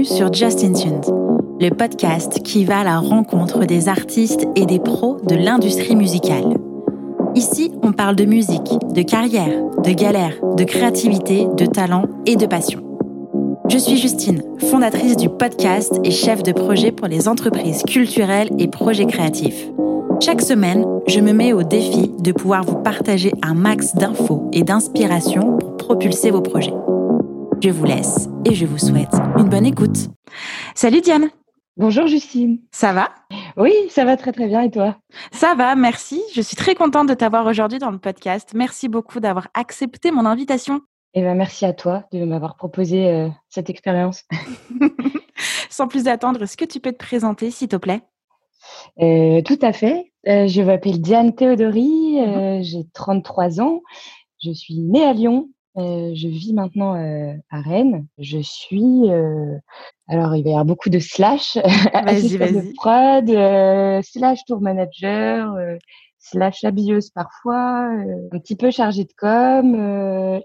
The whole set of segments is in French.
bienvenue sur Just in Tunes, le podcast qui va à la rencontre des artistes et des pros de l'industrie musicale. Ici, on parle de musique, de carrière, de galère, de créativité, de talent et de passion. Je suis Justine, fondatrice du podcast et chef de projet pour les entreprises culturelles et projets créatifs. Chaque semaine, je me mets au défi de pouvoir vous partager un max d'infos et d'inspiration pour propulser vos projets. Je vous laisse et je vous souhaite une bonne écoute. Salut Diane. Bonjour Justine. Ça va ? Oui, ça va très très bien et toi ? Ça va, merci. Je suis très contente de t'avoir aujourd'hui dans le podcast. Merci beaucoup d'avoir accepté mon invitation. Eh ben, merci à toi de m'avoir proposé cette expérience. Sans plus attendre, est-ce que tu peux te présenter s'il te plaît ? Tout à fait. Je m'appelle Diane Théodory, j'ai 33 ans. Je suis née à Lyon. Je vis maintenant à Rennes. Je suis... alors, il va y avoir beaucoup de slash. Assistante de prod, slash tour manager, slash habilleuse parfois, un petit peu chargée de com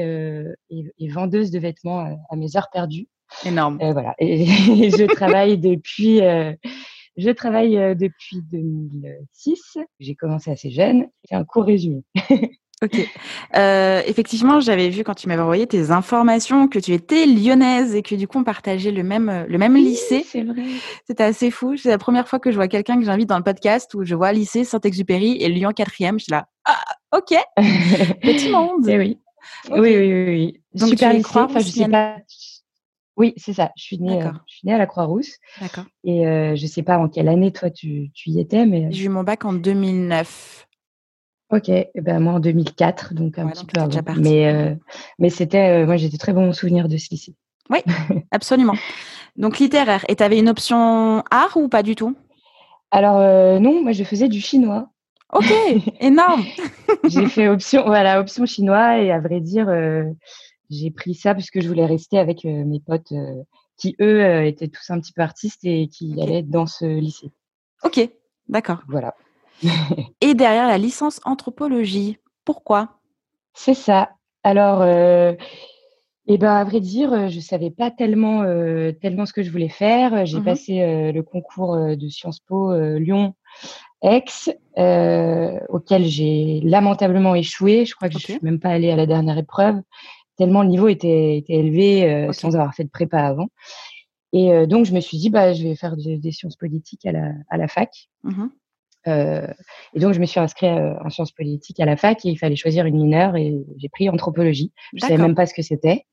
et vendeuse de vêtements à mes heures perdues. Énorme. Voilà. Et je travaille depuis... Je travaille depuis 2006. J'ai commencé assez jeune. C'est un court résumé. Ok. Effectivement, j'avais vu quand tu m'avais envoyé tes informations que tu étais lyonnaise et que du coup on partageait le même lycée. C'est vrai. C'était assez fou. C'est la première fois que je vois quelqu'un que j'invite dans le podcast où je vois lycée Saint-Exupéry et Lyon 4e. Je suis là, ok, petit monde. Et oui. Okay. Oui. Donc super tu es lycée. Enfin, je sais pas. Oui, c'est ça. Je suis née à la Croix-Rousse. D'accord. Et je sais pas en quelle année toi tu y étais, mais j'ai eu mon bac en 2009. Ok, et ben moi en 2004, donc un petit peu avant. Déjà parti. Mais c'était, moi j'ai de très bons souvenirs de ce lycée. Oui, absolument. Donc littéraire. Et tu avais une option art ou pas du tout ? Alors non, moi je faisais du chinois. Ok, énorme. J'ai fait option chinois et à vrai dire, j'ai pris ça parce que je voulais rester avec mes potes qui eux étaient tous un petit peu artistes et qui allaient dans ce lycée. Ok, d'accord. Voilà. Et derrière la licence anthropologie, pourquoi ? C'est ça. Alors, à vrai dire, je savais pas tellement ce que je voulais faire. J'ai passé le concours de Sciences Po Lyon Aix, auquel j'ai lamentablement échoué. Je crois que je suis même pas allée à la dernière épreuve, tellement le niveau était élevé sans avoir fait de prépa avant. Et donc je me suis dit je vais faire des sciences politiques à la fac. Et donc je me suis inscrite en sciences politiques à la fac et il fallait choisir une mineure et j'ai pris anthropologie. Je savais même pas ce que c'était.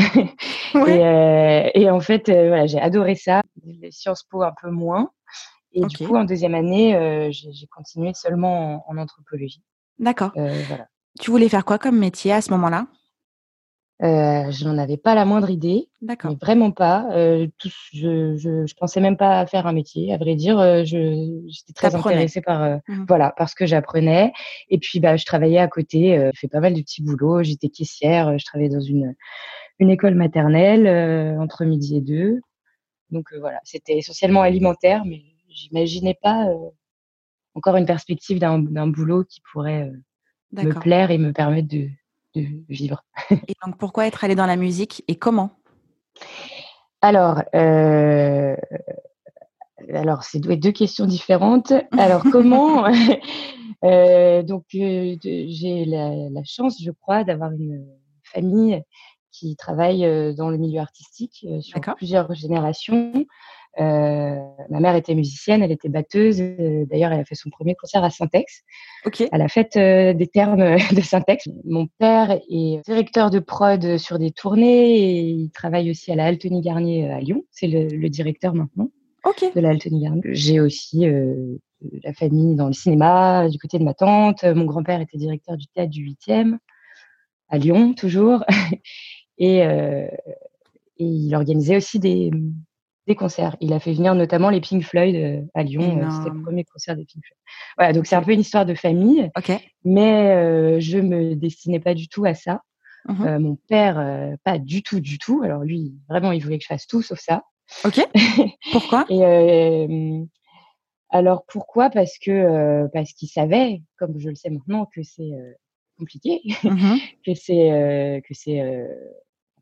Et en fait voilà, j'ai adoré ça. Les Sciences Po un peu moins. Et du coup, en deuxième année, j'ai continué seulement en anthropologie. D'accord. Voilà. Tu voulais faire quoi comme métier à ce moment-là ? Je n'en avais pas la moindre idée. D'accord. Mais vraiment pas. Je pensais même pas à faire un métier. À vrai dire, j'étais très intéressée par ce que j'apprenais. Et puis, je travaillais à côté. J'ai fait pas mal de petits boulots. J'étais caissière. Je travaillais dans une école maternelle entre midi et 2. Donc voilà, c'était essentiellement alimentaire, mais j'imaginais pas encore une perspective d'un boulot qui pourrait me plaire et me permettre de vivre. Et donc, pourquoi être allée dans la musique et comment ? Alors, c'est deux questions différentes. Alors, comment Donc, j'ai la chance, je crois, d'avoir une famille qui travaille dans le milieu artistique sur plusieurs générations. Ma mère était musicienne, elle était batteuse. D'ailleurs, elle a fait son premier concert à Saint-Ex, à la fête des Thermes de Saint-Ex. Mon père est directeur de prod sur des tournées et il travaille aussi à la Altony Garnier à Lyon. C'est le directeur maintenant de la Altony Garnier. J'ai aussi la famille dans le cinéma du côté de ma tante. Mon grand-père était directeur du théâtre du 8e à Lyon, toujours. Et il organisait aussi des concerts. Il a fait venir notamment les Pink Floyd à Lyon. C'était le premier concert des Pink Floyd. Voilà, donc c'est un peu une histoire de famille. Mais je me destinais pas du tout à ça. Mon père, pas du tout. Alors lui, vraiment, il voulait que je fasse tout sauf ça. Ok. Pourquoi ? Et alors pourquoi ? Parce qu'il savait, comme je le sais maintenant, que c'est compliqué, que c'est un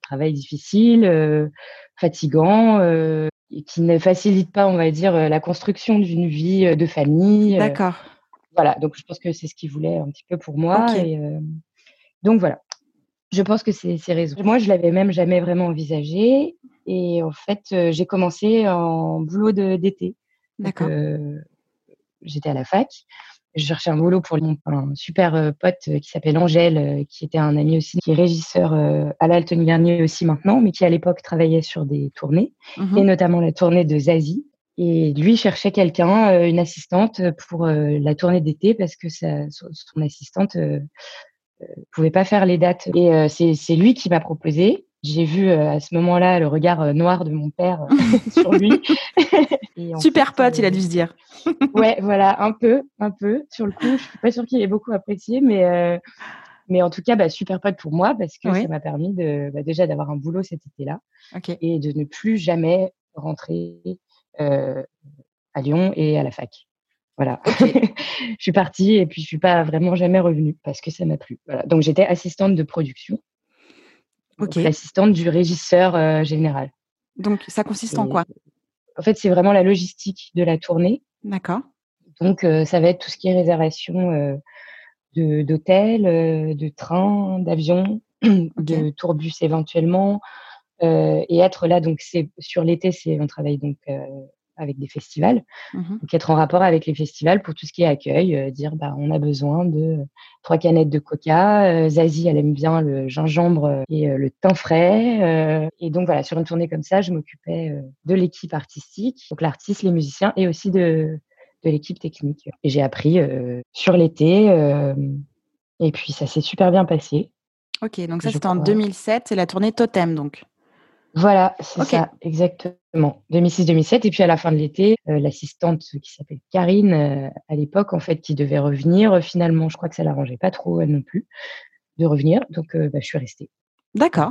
travail difficile, fatigant, et qui ne facilite pas, on va dire, la construction d'une vie, de famille, D'accord. voilà, donc je pense que c'est ce qu'il voulait un petit peu pour moi OK. et donc voilà. Je pense que c'est ces raisons. Moi, je l'avais même jamais vraiment envisagé et en fait, j'ai commencé en boulot d'été. Donc D'accord. j'étais à la fac. Je cherchais un boulot pour un super, pote, qui s'appelle Angèle, qui était un ami aussi, qui est régisseur, à l'Altony Garnier aussi maintenant, mais qui à l'époque travaillait sur des tournées et Mmh. notamment la tournée de Zazie et lui cherchait quelqu'un, une assistante, pour, la tournée d'été parce que son assistante, pouvait pas faire les dates et c'est lui qui m'a proposé. J'ai vu, à ce moment-là, le regard, noir de mon père, sur lui et en fait, Super pote, il a dû se dire. ouais, voilà, un peu. Sur le coup, je suis pas sûre qu'il ait beaucoup apprécié, mais en tout cas, bah, super pote pour moi parce que ça Oui, m'a permis déjà d'avoir un boulot cet été-là OK. et de ne plus jamais rentrer, heu, à Lyon et à la fac. Voilà. OK. Je suis partie et puis je suis pas vraiment jamais revenue parce que ça m'a plu. Voilà, donc j'étais assistante de production, donc OK. l'assistante du régisseur, général Donc ça consiste en et quoi? en fait, c'est vraiment la logistique de la tournée, D'accord. donc ça va être tout ce qui est réservation, d'hôtels, de trains, d'avions, OK. de tourbus éventuellement, et être là donc c'est sur l'été, on travaille donc, avec des festivals. Mmh. Donc être en rapport avec les festivals pour tout ce qui est accueil, dire: «Bah, on a besoin de 3 canettes de coca», Zazie, elle aime bien le gingembre, et le thym frais, et donc voilà, sur une tournée comme ça, je m'occupais, de l'équipe artistique, donc l'artiste, les musiciens et aussi de l'équipe technique et j'ai appris, sur l'été, et puis ça s'est super bien passé, OK, donc ça, je c'était en crois. 2007, c'est la tournée Totem donc? Voilà, c'est OK. ça, exactement. 2006-2007 et puis à la fin de l'été, l'assistante qui s'appelle Karine, à l'époque, en fait, qui devait revenir, finalement, je crois que ça l'arrangeait pas trop, elle non plus, de revenir, donc bah, je suis restée. Voilà. D'accord.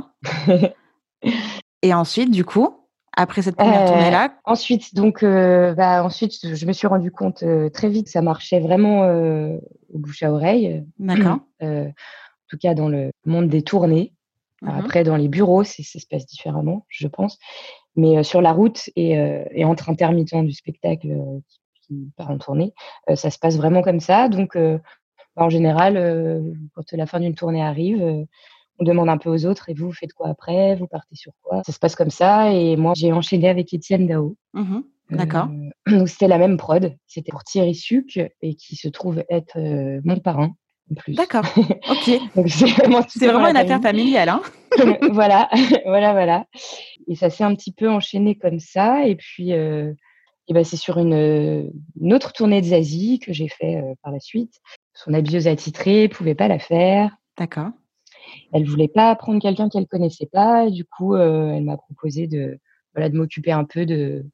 Et ensuite, du coup, après cette première tournée-là. Ensuite donc ensuite, je me suis rendu compte, très vite que ça marchait vraiment, au bouche à oreille, D'accord. en tout cas dans le monde des tournées. Mmh. Après dans les bureaux, ça se passe différemment, je pense. Mais sur la route et entre intermittents du spectacle, qui part en tournée, ça se passe vraiment comme ça. Donc en général, quand la fin d'une tournée arrive, on demande un peu aux autres: «Et vous faites quoi après? Vous partez sur quoi?» Ça se passe comme ça et moi, j'ai enchaîné avec Étienne Dao, Mmh. heu, D'accord. où c'était la même prod. C'était pour Thierry Suc et qui se trouve être, mon parrain, en plus. D'accord. OK. Donc c'est vraiment tout C'est est dans vraiment la une affaire famille. familiale, hein? Voilà, voilà et ça s'est un petit peu enchaîné comme ça et puis, et bah, c'est sur une autre tournée de Zazie que j'ai fait, par la suite. Son habilleuse attitrée pouvait pas la faire. D'accord. Elle voulait pas prendre quelqu'un qu'elle connaissait pas et du coup, elle m'a proposé de m'occuper un peu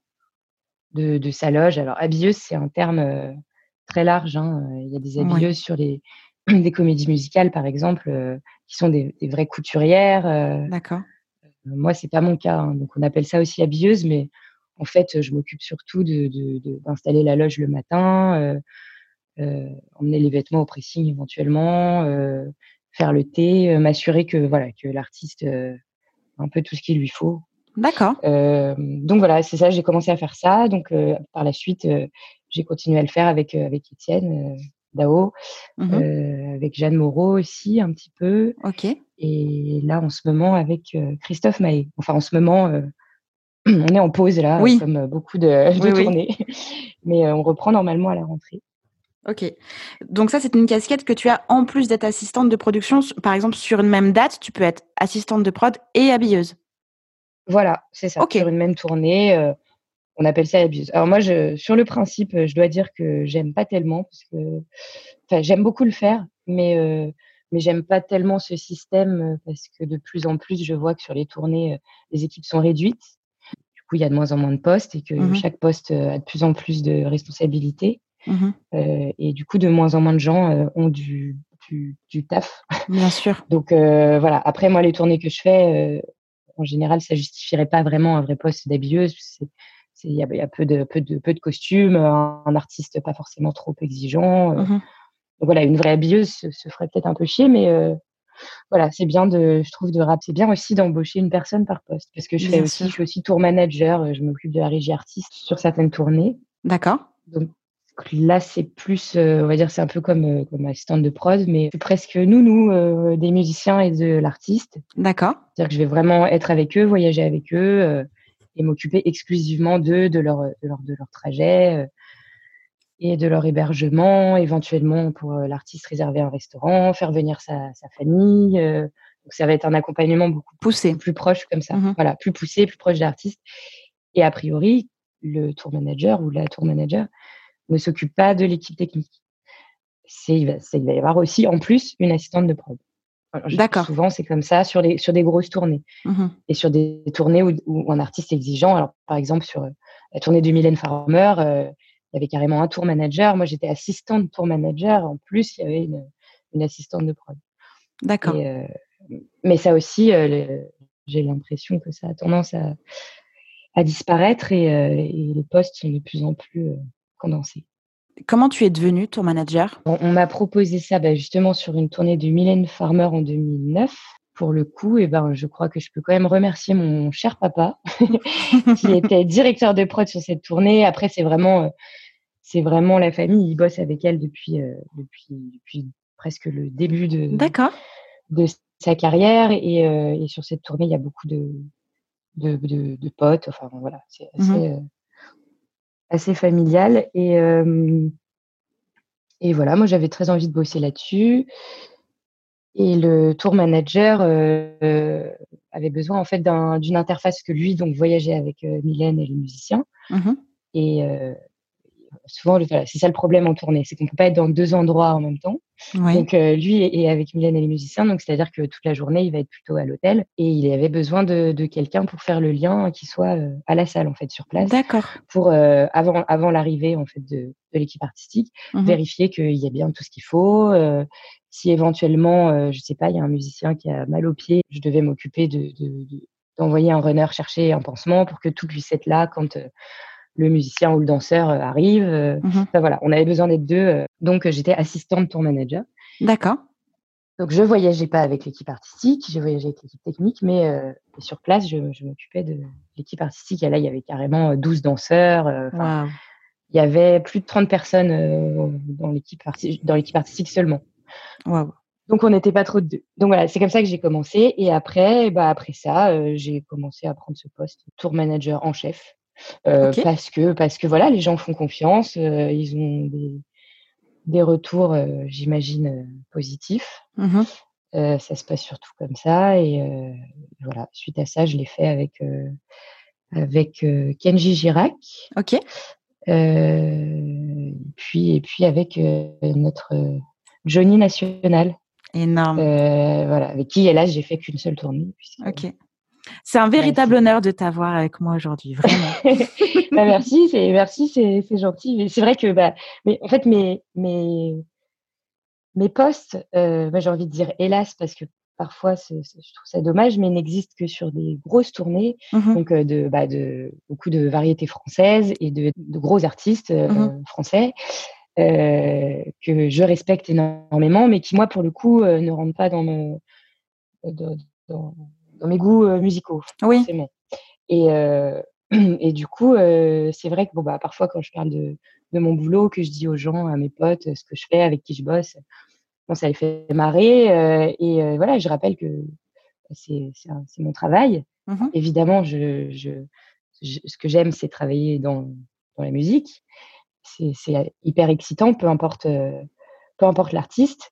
de sa loge. Alors habilleuse, c'est un terme, très large, hein, il y a des Oui. habilleuses sur des des comédies musicales, par exemple, qui sont des vraies couturières, D'accord. moi, c'est pas mon cas, hein, donc on appelle ça aussi habilleuse, mais en fait, je m'occupe surtout d'installer la loge le matin, emmener les vêtements au pressing éventuellement, faire le thé, m'assurer que voilà, que l'artiste, a un peu tout ce qu'il lui faut. D'accord. Donc voilà, c'est ça, j'ai commencé à faire ça, donc par la suite, j'ai continué à le faire avec Étienne, Dao, Mmh. avec Jeanne Moreau aussi un petit peu OK. et là, en ce moment, avec, Christophe Maé. Enfin, en ce moment, on est en pause là, Oui. comme, beaucoup de de Oui, oui. tournées, mais, on reprend normalement à la rentrée. OK. Donc ça, c'est une casquette que tu as en plus d'être assistante de production. Par exemple, sur une même date, tu peux être assistante de prod et habilleuse? Voilà, c'est ça, OK. sur une même tournée, on appelle ça abuse. Alors moi, sur le principe, je dois dire que j'aime pas tellement parce que enfin, j'aime beaucoup le faire, mais j'aime pas tellement ce système, parce que de plus en plus, je vois que sur les tournées, les équipes sont réduites. Du coup, il y a de moins en moins de postes et que Mmh. chaque poste, a de plus en plus de responsabilités, Mmh. et du coup, de moins en moins de gens, ont du taf. Bien sûr. Donc voilà. Après moi, les tournées que je fais, en général, ça justifierait pas vraiment un vrai poste d'habilleuse. Il y a peu de costumes, un artiste pas forcément trop exigeant, Mmh. donc voilà, une vraie habilleuse se ferait peut-être un peu chier, voilà, je trouve de rap c'est bien aussi d'embaucher une personne par poste parce que Bien je sûr. suis aussi tour manager, je m'occupe de la régie artiste sur certaines tournées. D'accord. Donc là, c'est plus, on va dire, c'est un peu comme assistante de prod, mais c'est presque nounou, des musiciens et de l'artiste. D'accord. C'est-à-dire que je vais vraiment être avec eux, voyager avec eux, et m'occuper exclusivement d'eux, de leur trajet, et de leur hébergement, éventuellement pour, l'artiste réserver un restaurant, faire venir sa famille, donc ça va être un accompagnement beaucoup Poussé. plus proche comme ça. Mmh. Voilà, plus poussé, plus proche de l'artiste et a priori, le tour manager ou la tour manager ne s'occupe pas de l'équipe technique. Il va y avoir aussi en plus une assistante de prod. Voilà, D'accord. souvent c'est comme ça sur des grosses tournées Mmh. et sur des tournées où un artiste est exigeant. Alors par exemple sur, la tournée de Mylène Farmer, il y avait carrément un tour manager. Moi j'étais assistante tour manager. En plus, il y avait une assistante de prod D'accord. et mais ça aussi, j'ai l'impression que ça a tendance à disparaître et les postes sont de plus en plus, condensés. Comment tu es devenue tour manager? On m'a proposé ça, bah, justement sur une tournée de Mylène Farmer en 2009. Pour le coup et ben, je crois que je peux quand même remercier mon cher papa qui était directeur de prod sur cette tournée. Après c'est vraiment la famille. Il bosse avec elle depuis presque le début D'accord. de sa carrière et sur cette tournée, il y a beaucoup de potes. Enfin voilà, c'est Mmh. assez familial et voilà, moi j'avais très envie de bosser là-dessus. Et le tour manager, avait besoin en fait d'une interface que lui donc voyageait avec, Mylène et les musiciens Mmh. et souvent voilà, c'est ça le problème en tournée, c'est qu'on peut pas être dans 2 endroits en même temps. Oui. Donc lui est avec Mylène et les musiciens, donc c'est-à-dire que toute la journée, il va être plutôt à l'hôtel et il avait besoin de quelqu'un pour faire le lien qui soit, à la salle en fait, sur place D'accord. pour, avant l'arrivée en fait de l'équipe artistique, Mmh. vérifier qu'il y a bien tout ce qu'il faut, si éventuellement, je sais pas, il y a un musicien qui a mal aux pieds, je devais m'occuper d'envoyer un runner chercher un pansement pour que tout puisse être là quand, le musicien ou le danseur, arrive, Mmh. enfin voilà, on avait besoin d'être 2, donc j'étais assistante tour manager. D'accord. Donc je voyageais pas avec l'équipe artistique, je voyageais avec l'équipe technique, mais sur place, je m'occupais de l'équipe artistique et là, il y avait carrément, 12 danseurs, enfin, Waouh! il y avait plus de 30 personnes, dans l'équipe artistique seulement. Waouh! Donc on n'était pas trop de 2. Donc voilà, c'est comme ça que j'ai commencé et après, bah, après ça, j'ai commencé à prendre ce poste tour manager en chef, OK. parce que voilà, les gens font confiance, ils ont des retours, j'imagine, positifs. Mmh. Ça se passe surtout comme ça et voilà, suite à ça, je l'ai fait avec Kenji Girac, OK. et puis avec, notre, Johnny National, Énorme. voilà, avec qui hélas j'ai fait qu'une seule tournée puisque OK. C'est un bah, véritable c'était honneur de t'avoir avec moi aujourd'hui, vraiment. bah, merci, c'est gentil. Mais c'est vrai que, bah, mais en fait mes postes, moi j'ai envie de dire hélas parce que parfois je trouve ça dommage, mais n'existent que sur des grosses tournées, Mmh. donc de beaucoup de variétés françaises et de gros artistes, Mmh. français, que je respecte énormément, mais qui moi pour le coup, ne rentrent pas dans dans dans mes goûts, musicaux Oui. forcément et et du coup, c'est vrai que bon, bah, parfois quand je parle de mon boulot, que je dis aux gens, à mes potes, ce que je fais, avec qui je bosse, bon, ça les fait marrer, et voilà, je rappelle que c'est mon travail. Mmh. Évidemment, ce que j'aime, c'est travailler dans la musique. C'est hyper excitant, peu importe l'artiste,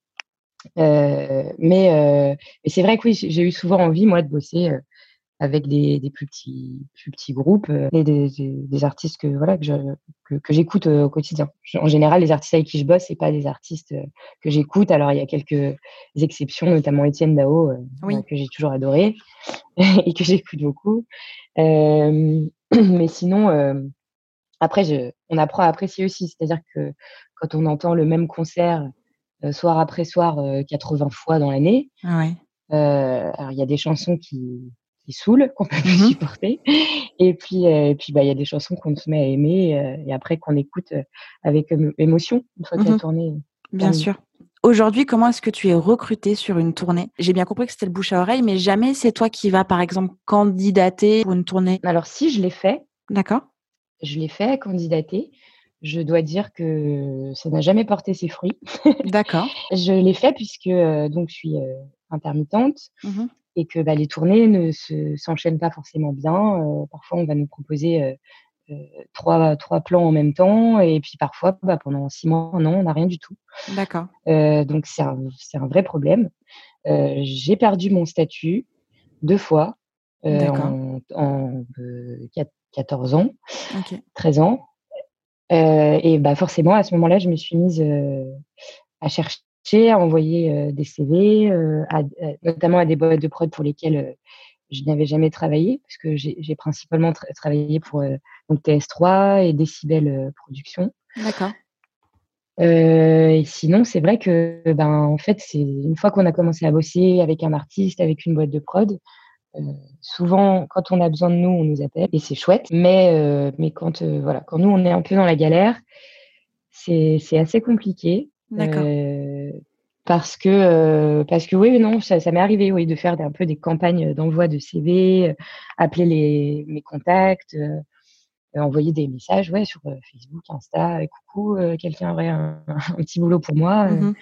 mais c'est vrai que oui, j'ai eu souvent envie, moi, de bosser, avec des plus petits groupes, et des artistes que voilà que j'écoute, au quotidien. En général, les artistes avec qui je bosse, c'est pas des artistes, que j'écoute. Alors il y a quelques exceptions, notamment Étienne Dao, voilà, Oui. que j'ai toujours adoré et que j'écoute beaucoup. Mais sinon, après on apprend à apprécier aussi. C'est-à-dire que quand on entend le même concert, soir après soir, 80 fois dans l'année, Ouais. alors il y a des chansons qui saoulent, qu'on peut plus Mmh. supporter et puis, bah, il y a des chansons qu'on se met à aimer, et après qu'on écoute, avec émotion une fois que la Mmh. tournée est Bien terminée. sûr. Aujourd'hui, comment est-ce que tu es recrutée sur une tournée? J'ai bien compris que c'était le bouche à oreille, mais jamais c'est toi qui vas, par exemple, candidater pour une tournée? Alors si je l'ai fait, D'accord, candidater. Je dois dire que ça n'a jamais porté ses fruits. d'accord. Je l'ai fait puisque, donc je suis, intermittente Mmh. et que, bah, les tournées ne s'enchaînent pas forcément bien. Parfois on va nous proposer, 3 plans en même temps et puis parfois, bah, pendant 6 mois, 1 an, on n'a rien du tout. D'accord, Donc c'est un vrai problème. J'ai perdu mon statut 2 fois, d'accord. en 14 ans, OK. 13 ans. Et bah, forcément à ce moment-là, je me suis mise, à chercher, à envoyer, des CV, notamment à des boîtes de prod pour lesquelles, je n'avais jamais travaillé parce que j'ai principalement travaillé pour, donc TS3 et Décibel, Productions. D'accord. Et sinon, c'est vrai que, ben, en fait, c'est une fois qu'on a commencé à bosser avec un artiste, avec une boîte de prod, heu, souvent quand on a besoin de nous, on nous appelle et c'est chouette. Mais quand, voilà, quand nous, on est un peu dans la galère, c'est assez compliqué, D'accord. parce que oui, non, ça m'est arrivé, oui, de faire un peu des campagnes d'envoi de CV, appeler mes contacts, envoyer des messages, ouais, sur, Facebook, Insta: «Coucou, quelqu'un aurait un petit boulot pour moi?» Mmh.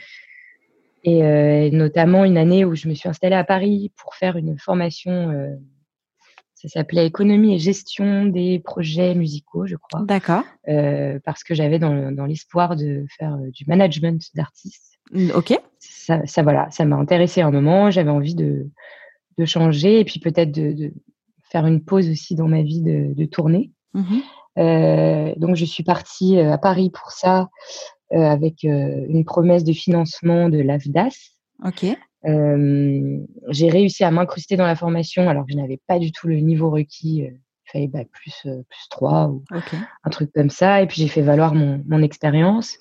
Et notamment une année où je me suis installée à Paris pour faire une formation, ça s'appelait «Économie et gestion des projets musicaux», je crois, D'accord. parce que j'avais dans l'espoir de faire, du management d'artistes. OK. Voilà, ça m'a intéressée à un moment, j'avais envie de changer et puis peut-être de faire une pause aussi dans ma vie de tournée. Mmh. Donc je suis partie, à Paris pour ça, avec, une promesse de financement de l'AFDAS. OK. J'ai réussi à m'incruster dans la formation alors que je n'avais pas du tout le niveau requis, il fallait bac plus 3 ou OK. un truc comme ça et puis j'ai fait valoir mon expérience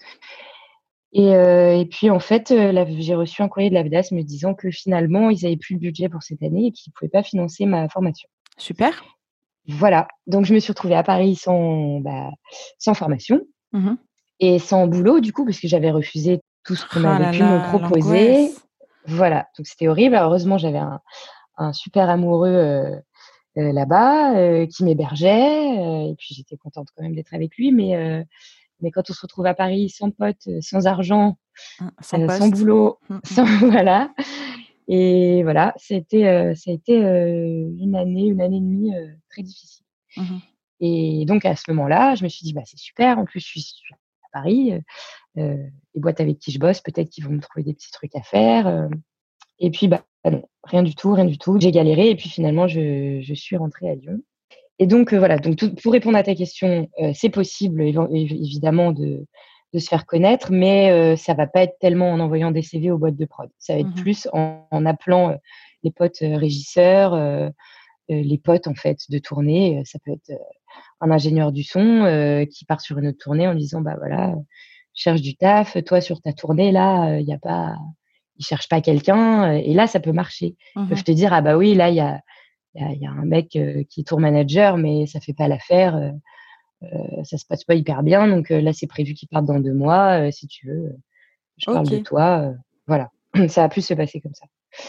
et puis en fait, j'ai reçu un courrier de l'AFDAS me disant que finalement ils avaient plus le budget pour cette année et qu'ils pouvaient pas financer ma formation. Super. Voilà, donc je me suis retrouvée à Paris sans formation Mmh. et sans boulot du coup, parce que j'avais refusé tout ce qu'on Ah avait là pu me là, proposer. l'angoisse. Voilà, donc c'était horrible. Heureusement, j'avais un super amoureux, là-bas, qui m'hébergeait, et puis j'étais contente quand même d'être avec lui, mais quand on se retrouve à Paris sans potes, sans argent, Sans sans poste. boulot, Mmh mh. sans voilà et voilà, ça a été, une année et demie, très difficile Mmh. et donc à ce moment-là, je me suis dit: «Bah, c'est super, en plus je suis à Paris, les boîtes avec qui je bosse, peut-être qu'ils vont me trouver des petits trucs à faire», et puis, bah, non, rien du tout, rien du tout. J'ai galéré et puis finalement je suis rentrée à Lyon et donc voilà, donc tout pour répondre à ta question, c'est possible évidemment de se faire connaître, mais ça va pas être tellement en envoyant des CV aux boîtes de prod. Ça va être Mmh. plus en appelant, les potes, régisseurs, les potes en fait de tournée, ça peut être, un ingénieur du son, qui part sur une autre tournée en disant: «Bah, voilà, je cherche du taf, toi sur ta tournée là, il y a pas ils cherchent pas quelqu'un», et là ça peut marcher. Ils peuvent Mmh. te dire: «Ah bah oui, là il y a un mec, qui est tour manager mais ça fait pas l'affaire, ça se passe pas hyper bien donc là c'est prévu qu'il parte dans 2 mois, si tu veux, je parle de OK. toi», voilà. Ça a pu se passer comme ça.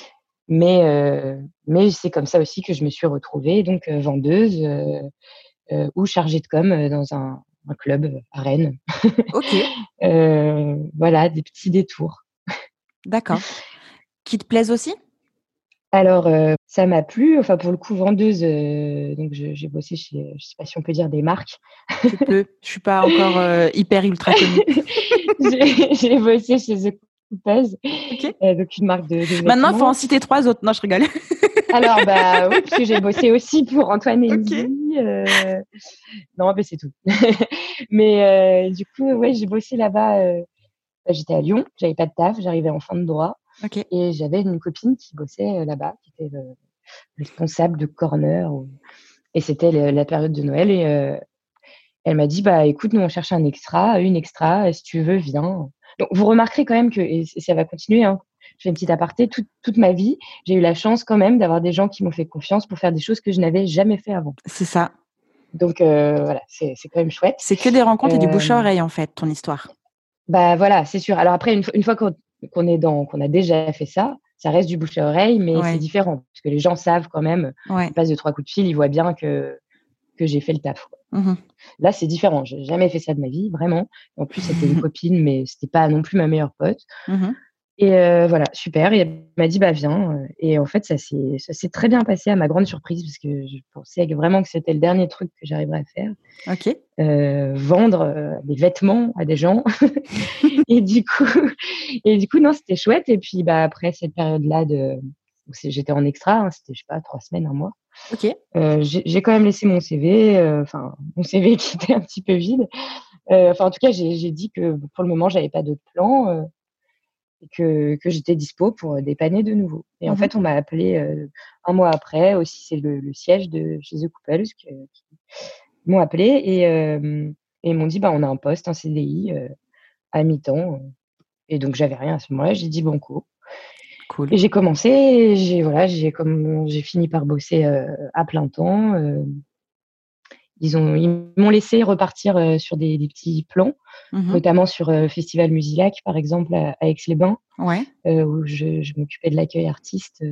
Mais c'est comme ça aussi que je me suis retrouvée donc vendeuse, ou chargée de com, dans un club, à Rennes. OK. Voilà, des petits détours. D'accord. Qui te plaisent aussi? Alors, ça m'a plu, enfin pour le coup vendeuse, donc j'ai bossé chez, je sais pas si on peut dire des marques. Tu peux. Je suis pas encore, hyper ultra connue. J'ai bossé chez The Coupez, OK. donc une marque de Maintenant, faut en vêtements. citer 3 autres. Non, je rigole. Alors, bah, oui, parce que j'ai bossé aussi pour Antoine et OK. Lily, non, mais c'est tout. Du coup, ouais, j'ai bossé là-bas, bah, j'étais à Lyon, j'avais pas de taf, j'arrivais en fin de droit OK. et j'avais une copine qui bossait, là-bas, qui était, responsable de corner et c'était la période de Noël et elle m'a dit: «Bah, écoute, nous on cherche un extra, une extra, si tu veux, viens». Donc vous remarquerez quand même que et ça va continuer, hein, je fais une petite aparté, toute ma vie, j'ai eu la chance quand même d'avoir des gens qui m'ont fait confiance pour faire des choses que je n'avais jamais fait avant. C'est ça. Donc voilà, c'est quand même chouette. C'est que des rencontres et du bouche à Hem, oreille, en fait, ton histoire. Bah, voilà, c'est sûr. Alors après une fois qu'on a déjà fait ça, ça reste du bouche à oreille, mais c'est différent parce que les gens savent quand même. Ils passent 2-3 coups de fil, ils voient bien que j'ai fait le taf, quoi. Là, c'est différent. J'ai jamais fait ça de ma vie, vraiment. En plus, c'était une copine, mais c'était pas non plus ma meilleure pote. Et voilà, super. Et elle m'a dit: «Bah, viens», et en fait, ça s'est très bien passé à ma grande surprise parce que je pensais vraiment que c'était le dernier truc que j'arriverais à faire. OK. Vendre, des vêtements à des gens. Et du coup, non, c'était chouette. Et puis, bah, après cette période-là j'étais en extra, hein, c'était, je sais pas, 3 semaines, 1 mois. OK. J'ai quand même laissé mon CV, enfin, mon CV qui était un petit peu vide. Enfin, en tout cas, j'ai dit que pour le moment, j'avais pas d'autres plans, et que j'étais dispo pour dépanner de nouveau. Et en fait, on m'a appelé 1 mois après aussi, c'est le siège de chez The Couples qui m'ont appelé et ils m'ont dit: «Bah, on a un poste, un CDI, à mi-temps», et donc j'avais rien à ce moment-là, j'ai dit banco. Cool. Et j'ai commencé et j'ai fini par bosser à plein temps. Ils m'ont laissé repartir sur des petits plans, notamment sur Festival Musilac, par exemple, à Aix-les-Bains, où je m'occupais de l'accueil artiste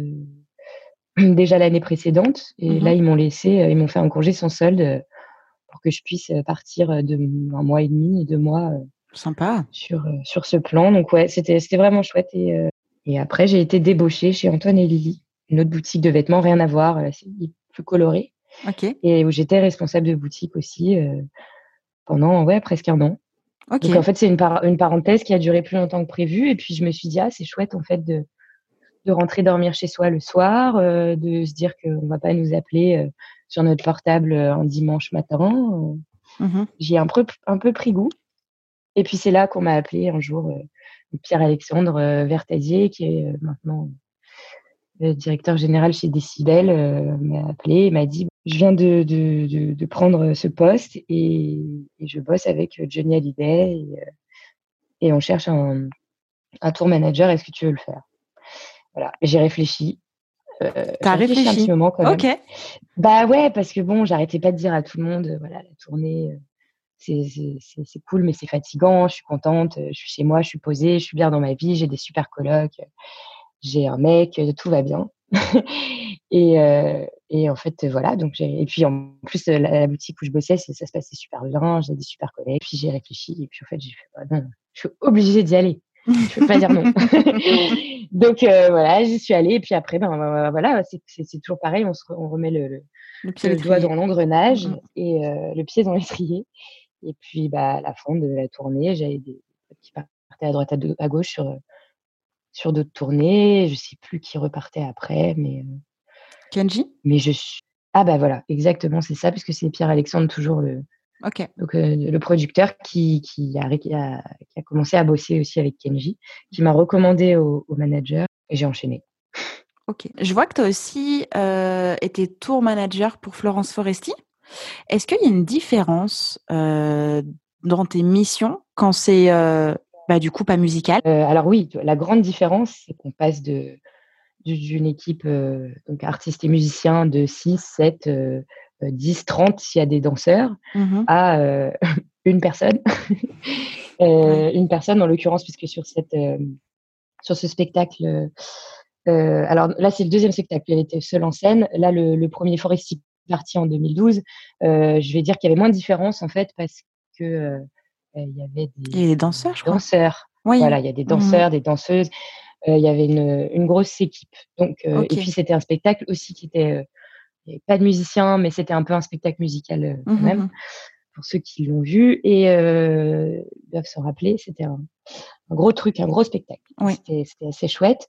déjà l'année précédente. Et là, ils m'ont fait un congé sans solde pour que je puisse partir de 1 mois et demi, 2 mois Sympa. sur ce plan. Donc ouais, c'était vraiment chouette. Et après, j'ai été débauchée chez Antoine et Lily, une autre boutique de vêtements, rien à voir, c'est plus coloré. OK. Et où j'étais responsable de boutique aussi pendant presque 1 an. OK. Donc en fait, c'est une parenthèse qui a duré plus longtemps que prévu. Et puis je me suis dit: «Ah, c'est chouette en fait de rentrer dormir chez soi le soir, de se dire qu'on va pas nous appeler sur notre portable un dimanche matin». J'y ai un peu pris goût. Et puis c'est là qu'on m'a appelé un jour, Pierre-Alexandre Vertadier, qui est maintenant le directeur général chez Décibel, m'a appelé et m'a dit: «Je viens de prendre ce poste et je bosse avec Johnny Hallyday et on cherche un tour manager. Est-ce que tu veux le faire?» Voilà. Et j'ai réfléchi. Tu as J'ai réfléchi un petit réfléchi? moment quand même. OK. Bah, ouais, parce que bon, j'arrêtais pas de dire à tout le monde, voilà, la tournée, c'est cool, mais c'est fatigant. Je suis contente, je suis chez moi, je suis posée, je suis bien dans ma vie, j'ai des super colocs, j'ai un mec, tout va bien. Et en fait, voilà, donc et puis en plus, la boutique où je bossais, ça se passait super bien, j'avais des super collègues. Puis j'ai réfléchi et puis en fait, j'ai fait: «Bah non, je suis obligée d'y aller. Je peux pas dire non». Donc voilà, j'y suis allée et puis après, voilà, c'est toujours pareil, on remet Le pied à le doigt l'étrier. dans l'engrenage et le pied dans l'étrier. Et puis, bah, à la fin de la tournée, j'avais des potes qui partaient à droite, à gauche sur d'autres tournées. Je sais plus qui repartait après, Kenji? mais ah bah, voilà, exactement, c'est ça, puisque c'est Pierre-Alexandre, toujours OK. le producteur qui a commencé à bosser aussi avec Kenji, qui m'a recommandé au manager et j'ai enchaîné. OK. Je vois que tu as aussi été tour manager pour Florence Foresti. Est-ce qu'il y a une différence dans tes missions quand c'est du coup pas musical? Alors oui, la grande différence, c'est qu'on passe d'une équipe, donc artistes et musiciens de 6, 7, 10, 30 s'il y a des danseurs, à une personne. Ouais. Une personne en l'occurrence, puisque sur ce spectacle, alors là, c'est le 2e spectacle, elle était seule en scène. Là, le 1er Foresti parti en 2012, je vais dire qu'il y avait moins de différence en fait parce que, il y avait Et les des danseurs, je crois? danseurs. Oui. Voilà, il y a des danseurs, des danseuses, il y avait une grosse équipe. Donc et OK. puis c'était un spectacle aussi qui était, il y avait pas de musiciens, mais c'était un peu un spectacle musical, quand même, pour ceux qui l'ont vu. Et ils doivent se rappeler, c'était un gros truc, un gros spectacle. Oui. C'était assez chouette.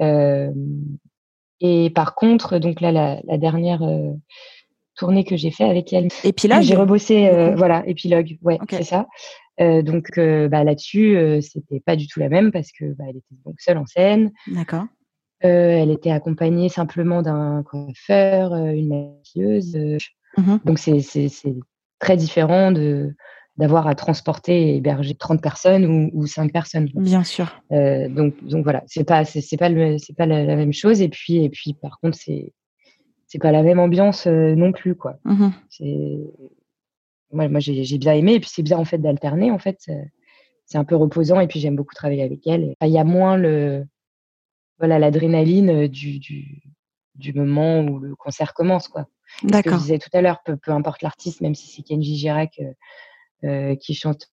Et par contre, donc là, la dernière tournée que j'ai fait avec elle, j'ai Épilogue, rebossé, du coup? voilà, Épilogue, ouais, OK. c'est ça. Donc là-dessus, c'était pas du tout la même parce que, elle était donc seule en scène. D'accord. Elle était accompagnée simplement d'un coiffeur, une maquilleuse, donc c'est très différent d'avoir à transporter et héberger 30 personnes ou 5 personnes, quoi. Bien sûr. Donc voilà, c'est pas la même chose. Et puis par contre, c'est pas la même ambiance, non plus, quoi. C'est Moi j'ai bien aimé. Et puis c'est bien en fait d'alterner en fait, c'est un peu reposant et puis j'aime beaucoup travailler avec elle. Enfin, il y a moins l'adrénaline du moment où le concert commence, quoi. Ce que je D'accord. disais tout à l'heure, peu importe l'artiste, même si c'est Kenji Girac qui chante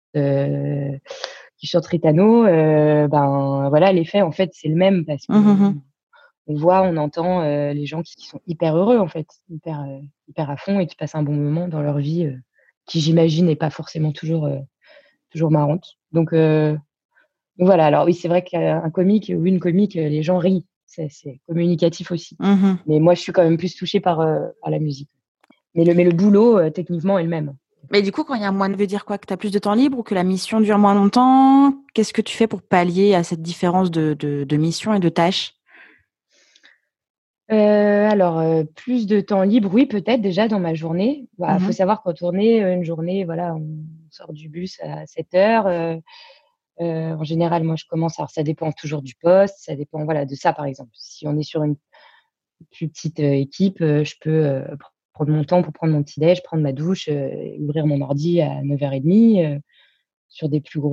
Ritano, ben voilà, l'effet en fait c'est le même parce que on voit, on entend les gens qui sont hyper heureux en fait, hyper à fond et qui passent un bon moment dans leur vie, qui j'imagine n'est pas forcément toujours marrante. Donc voilà. Alors oui, c'est vrai qu'un comique ou une comique, les gens rient, c'est communicatif aussi. Mais moi, je suis quand même plus touchée par la musique. Mais le boulot, techniquement, est le même. Mais du coup, quand il y a moins, veut dire quoi? Que tu as plus de temps libre ou que la mission dure moins longtemps? Qu'est-ce que tu fais pour pallier à cette différence de mission et de tâches? Alors, plus de temps libre, oui, peut-être déjà dans ma journée. Bah, faut savoir qu'en tournée, une journée, voilà, on sort du bus à 7h. En général, moi, je commence, alors ça dépend toujours du poste, ça dépend, voilà, de ça, par exemple. Si on est sur une plus petite équipe, je peux prendre mon temps pour prendre mon petit déj, prendre ma douche, ouvrir mon ordi à 9h30. Sur des plus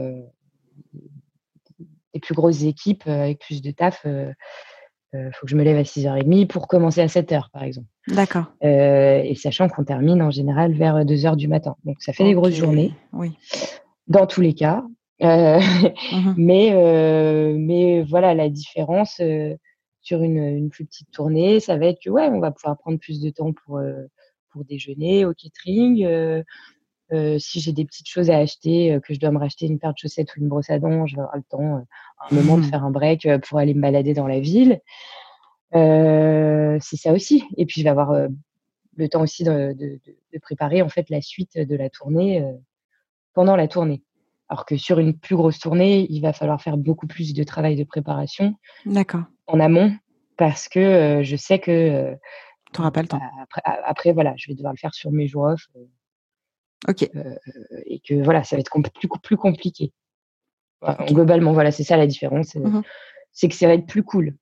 grosses équipes avec plus de taf, faut que je me lève à 6h30 pour commencer à 7h, par exemple. D'accord. Et sachant qu'on termine en général vers 2h du matin. Donc ça fait des grosses journées. Oui. Dans tous les cas. Mais voilà, la différence sur une plus petite tournée, ça va être que ouais, on va pouvoir prendre plus de temps pour déjeuner au catering. Si j'ai des petites choses à acheter, que je dois me racheter une paire de chaussettes ou une brosse à dents, je vais avoir le temps, à un moment de faire un break pour aller me balader dans la ville. C'est ça aussi. Et puis je vais avoir le temps aussi de préparer en fait la suite de la tournée pendant la tournée. Alors que sur une plus grosse tournée, il va falloir faire beaucoup plus de travail de préparation en amont parce que je sais que tu n'auras pas le temps. Après, voilà, je vais devoir le faire sur mes jours off. Et que voilà, ça va être plus compliqué. Voilà, globalement, voilà, c'est ça la différence. C'est que ça va être plus cool.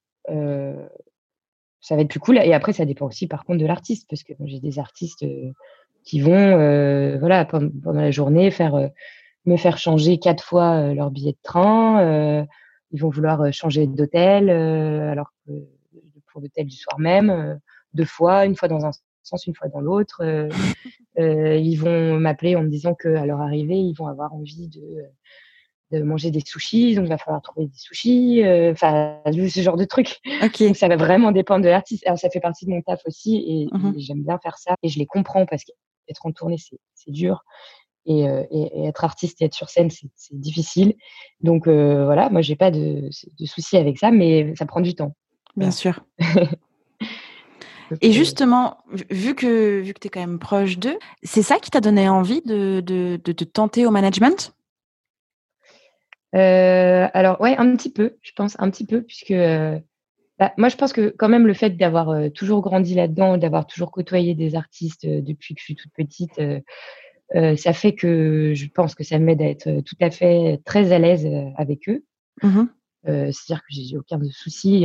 Ça va être plus cool. Et après, ça dépend aussi, par contre, de l'artiste, parce que j'ai des artistes qui vont, voilà, pendant la journée, me faire changer 4 fois leur billet de train. Ils vont vouloir changer d'hôtel, alors que pour l'hôtel du soir même, 2 fois, une fois dans un sens, une fois dans l'autre. Ils vont m'appeler en me disant qu'à leur arrivée, ils vont avoir envie de manger des sushis, donc il va falloir trouver des sushis, enfin, ce genre de trucs. Donc ça va vraiment dépendre de l'artiste. Alors ça fait partie de mon taf aussi et j'aime bien faire ça et je les comprends parce qu'être en tournée, c'est dur et être artiste et être sur scène, c'est difficile. Donc voilà, moi j'ai pas de soucis avec ça, mais ça prend du temps. Bien sûr. Et justement, vu que tu es quand même proche d'eux, c'est ça qui t'a donné envie de te tenter au management? Alors ouais, un petit peu, je pense, un petit peu, puisque moi je pense que quand même le fait d'avoir toujours grandi là-dedans, d'avoir toujours côtoyé des artistes depuis que je suis toute petite, ça fait que je pense que ça m'aide à être tout à fait très à l'aise avec eux. C'est-à-dire que j'ai aucun souci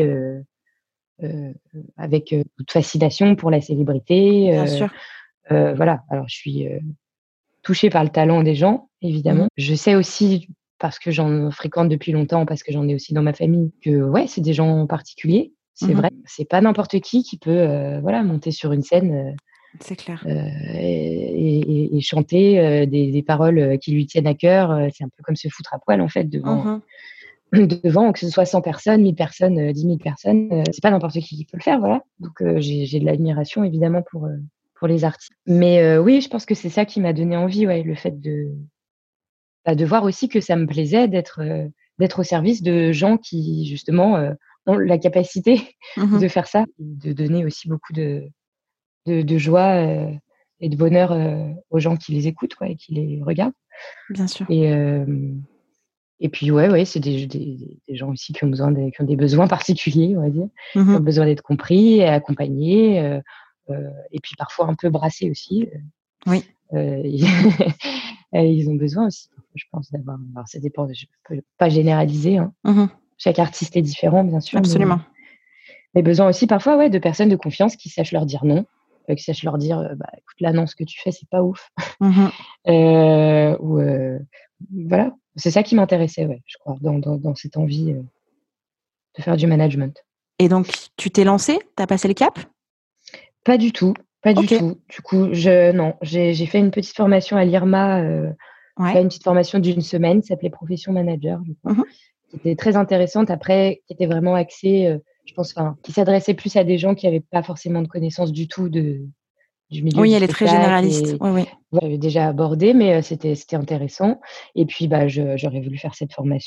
avec toute fascination pour la célébrité. Bien sûr. Voilà, alors je suis touchée par le talent des gens, évidemment. Je sais aussi, parce que j'en fréquente depuis longtemps, parce que j'en ai aussi dans ma famille, que ouais, c'est des gens particuliers, c'est vrai. C'est pas n'importe qui peut voilà, monter sur une scène c'est clair. Et chanter des paroles qui lui tiennent à cœur. C'est un peu comme se foutre à poil, en fait, devant, que ce soit 100 personnes, 1000 personnes, 10 000 personnes. C'est pas n'importe qui peut le faire, voilà. Donc, j'ai de l'admiration, évidemment, pour les artistes. Mais oui, je pense que c'est ça qui m'a donné envie, ouais, le fait de voir aussi que ça me plaisait d'être au service de gens qui, justement, ont la capacité de faire ça, de donner aussi beaucoup de joie et de bonheur aux gens qui les écoutent, quoi, et qui les regardent. Bien sûr. Et puis ouais, c'est des gens aussi qui ont des besoins particuliers, on va dire, qui ont besoin d'être compris, accompagnés, et puis parfois un peu brassés aussi. Oui. Ils ont besoin aussi, je pense, d'avoir. Alors ça dépend, je peux pas généraliser, hein. Chaque artiste est différent, bien sûr. Absolument. Mais besoin aussi parfois, ouais, de personnes de confiance qui sachent leur dire non, qui sachent leur dire, écoute, là, non, ce que tu fais, c'est pas ouf. Ou voilà, C'est ça qui m'intéressait, ouais, je crois, dans cette envie de faire du management. Et donc, tu t'es lancée? Tu as passé le cap? Pas du tout, pas du OK. tout. Du coup, non, j'ai fait une petite formation à l'IRMA, Ouais. pas une petite formation d'1 semaine, ça s'appelait Profession Manager, je crois, Mmh. qui était très intéressante après, qui était vraiment axée, je pense, enfin, qui s'adressait plus à des gens qui avaient pas forcément de connaissances du tout du milieu Oui, du elle est très spectacle généraliste. et Oui, oui. voilà, j'avais déjà abordé, mais c'était intéressant et puis, bah, j'aurais voulu faire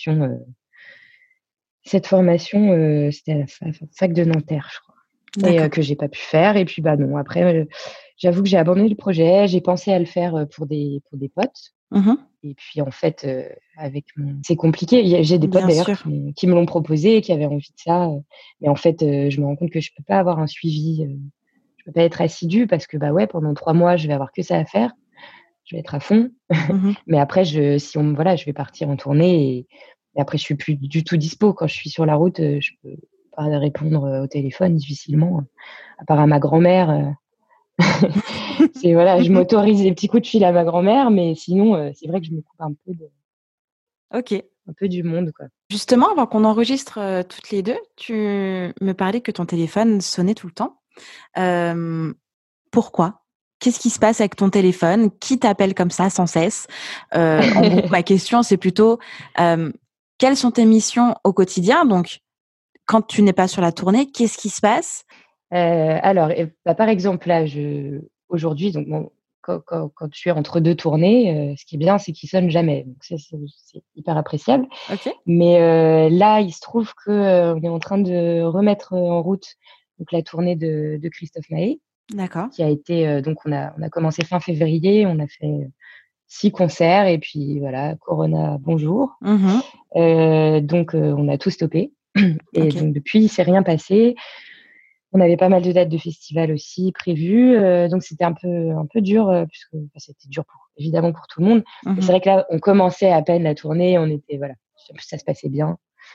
cette formation, c'était à la fac de Nanterre, je crois et D'accord. que j'ai pas pu faire et puis, bah, non, après, j'avoue que j'ai abandonné le projet. J'ai pensé à le faire, pour des potes Mmh. et puis, en fait, avec mon c'est compliqué. J'ai des potes Bien d'ailleurs sûr. qui me l'ont proposé et qui avaient envie de ça, mais en fait, je me rends compte que je peux pas avoir un suivi, je peux pas être assidue parce que, bah, ouais, pendant 3 mois, je vais avoir que ça à faire. Je vais être à fond, Mmh. mais après si on voilà, je vais partir en tournée et après je suis plus du tout dispo. Quand je suis sur la route, je peux pas répondre, au téléphone difficilement, à part à ma grand-mère, c'est voilà, je m'autorise des petits coups de fil à ma grand-mère, mais sinon, c'est vrai que je me coupe OK. un peu du monde, quoi. Justement, avant qu'on enregistre, toutes les 2, tu me parlais que ton téléphone sonnait tout le temps. Hem, Pourquoi? Qu'est-ce qui se passe avec ton téléphone? Qui t'appelle comme ça sans cesse? En gros, ma question, c'est plutôt, hem, quelles sont tes missions au quotidien? Donc, quand tu n'es pas sur la tournée, qu'est-ce qui se passe? Alors bah, par exemple, là, aujourd'hui, donc bon, quand je suis entre 2 tournées, ce qui est bien, c'est qu'ils sonnent jamais, donc ça, c'est hyper appréciable. OK, Mais là, il se trouve que, on est en train de remettre, en route donc la tournée de Christophe Maé, d'accord. qui a été, donc on a commencé fin février, on a fait 6 concerts et puis voilà, corona, bonjour. Mmh. Donc on a tout stoppé et OK, donc depuis, il s'est rien passé. On avait pas mal de dates de festivals aussi prévues, donc c'était un peu dur, puisque enfin, c'était dur évidemment pour tout le monde. Mais c'est mmh, vrai que là, on commençait à peine la tournée, on était voilà, ça se passait bien.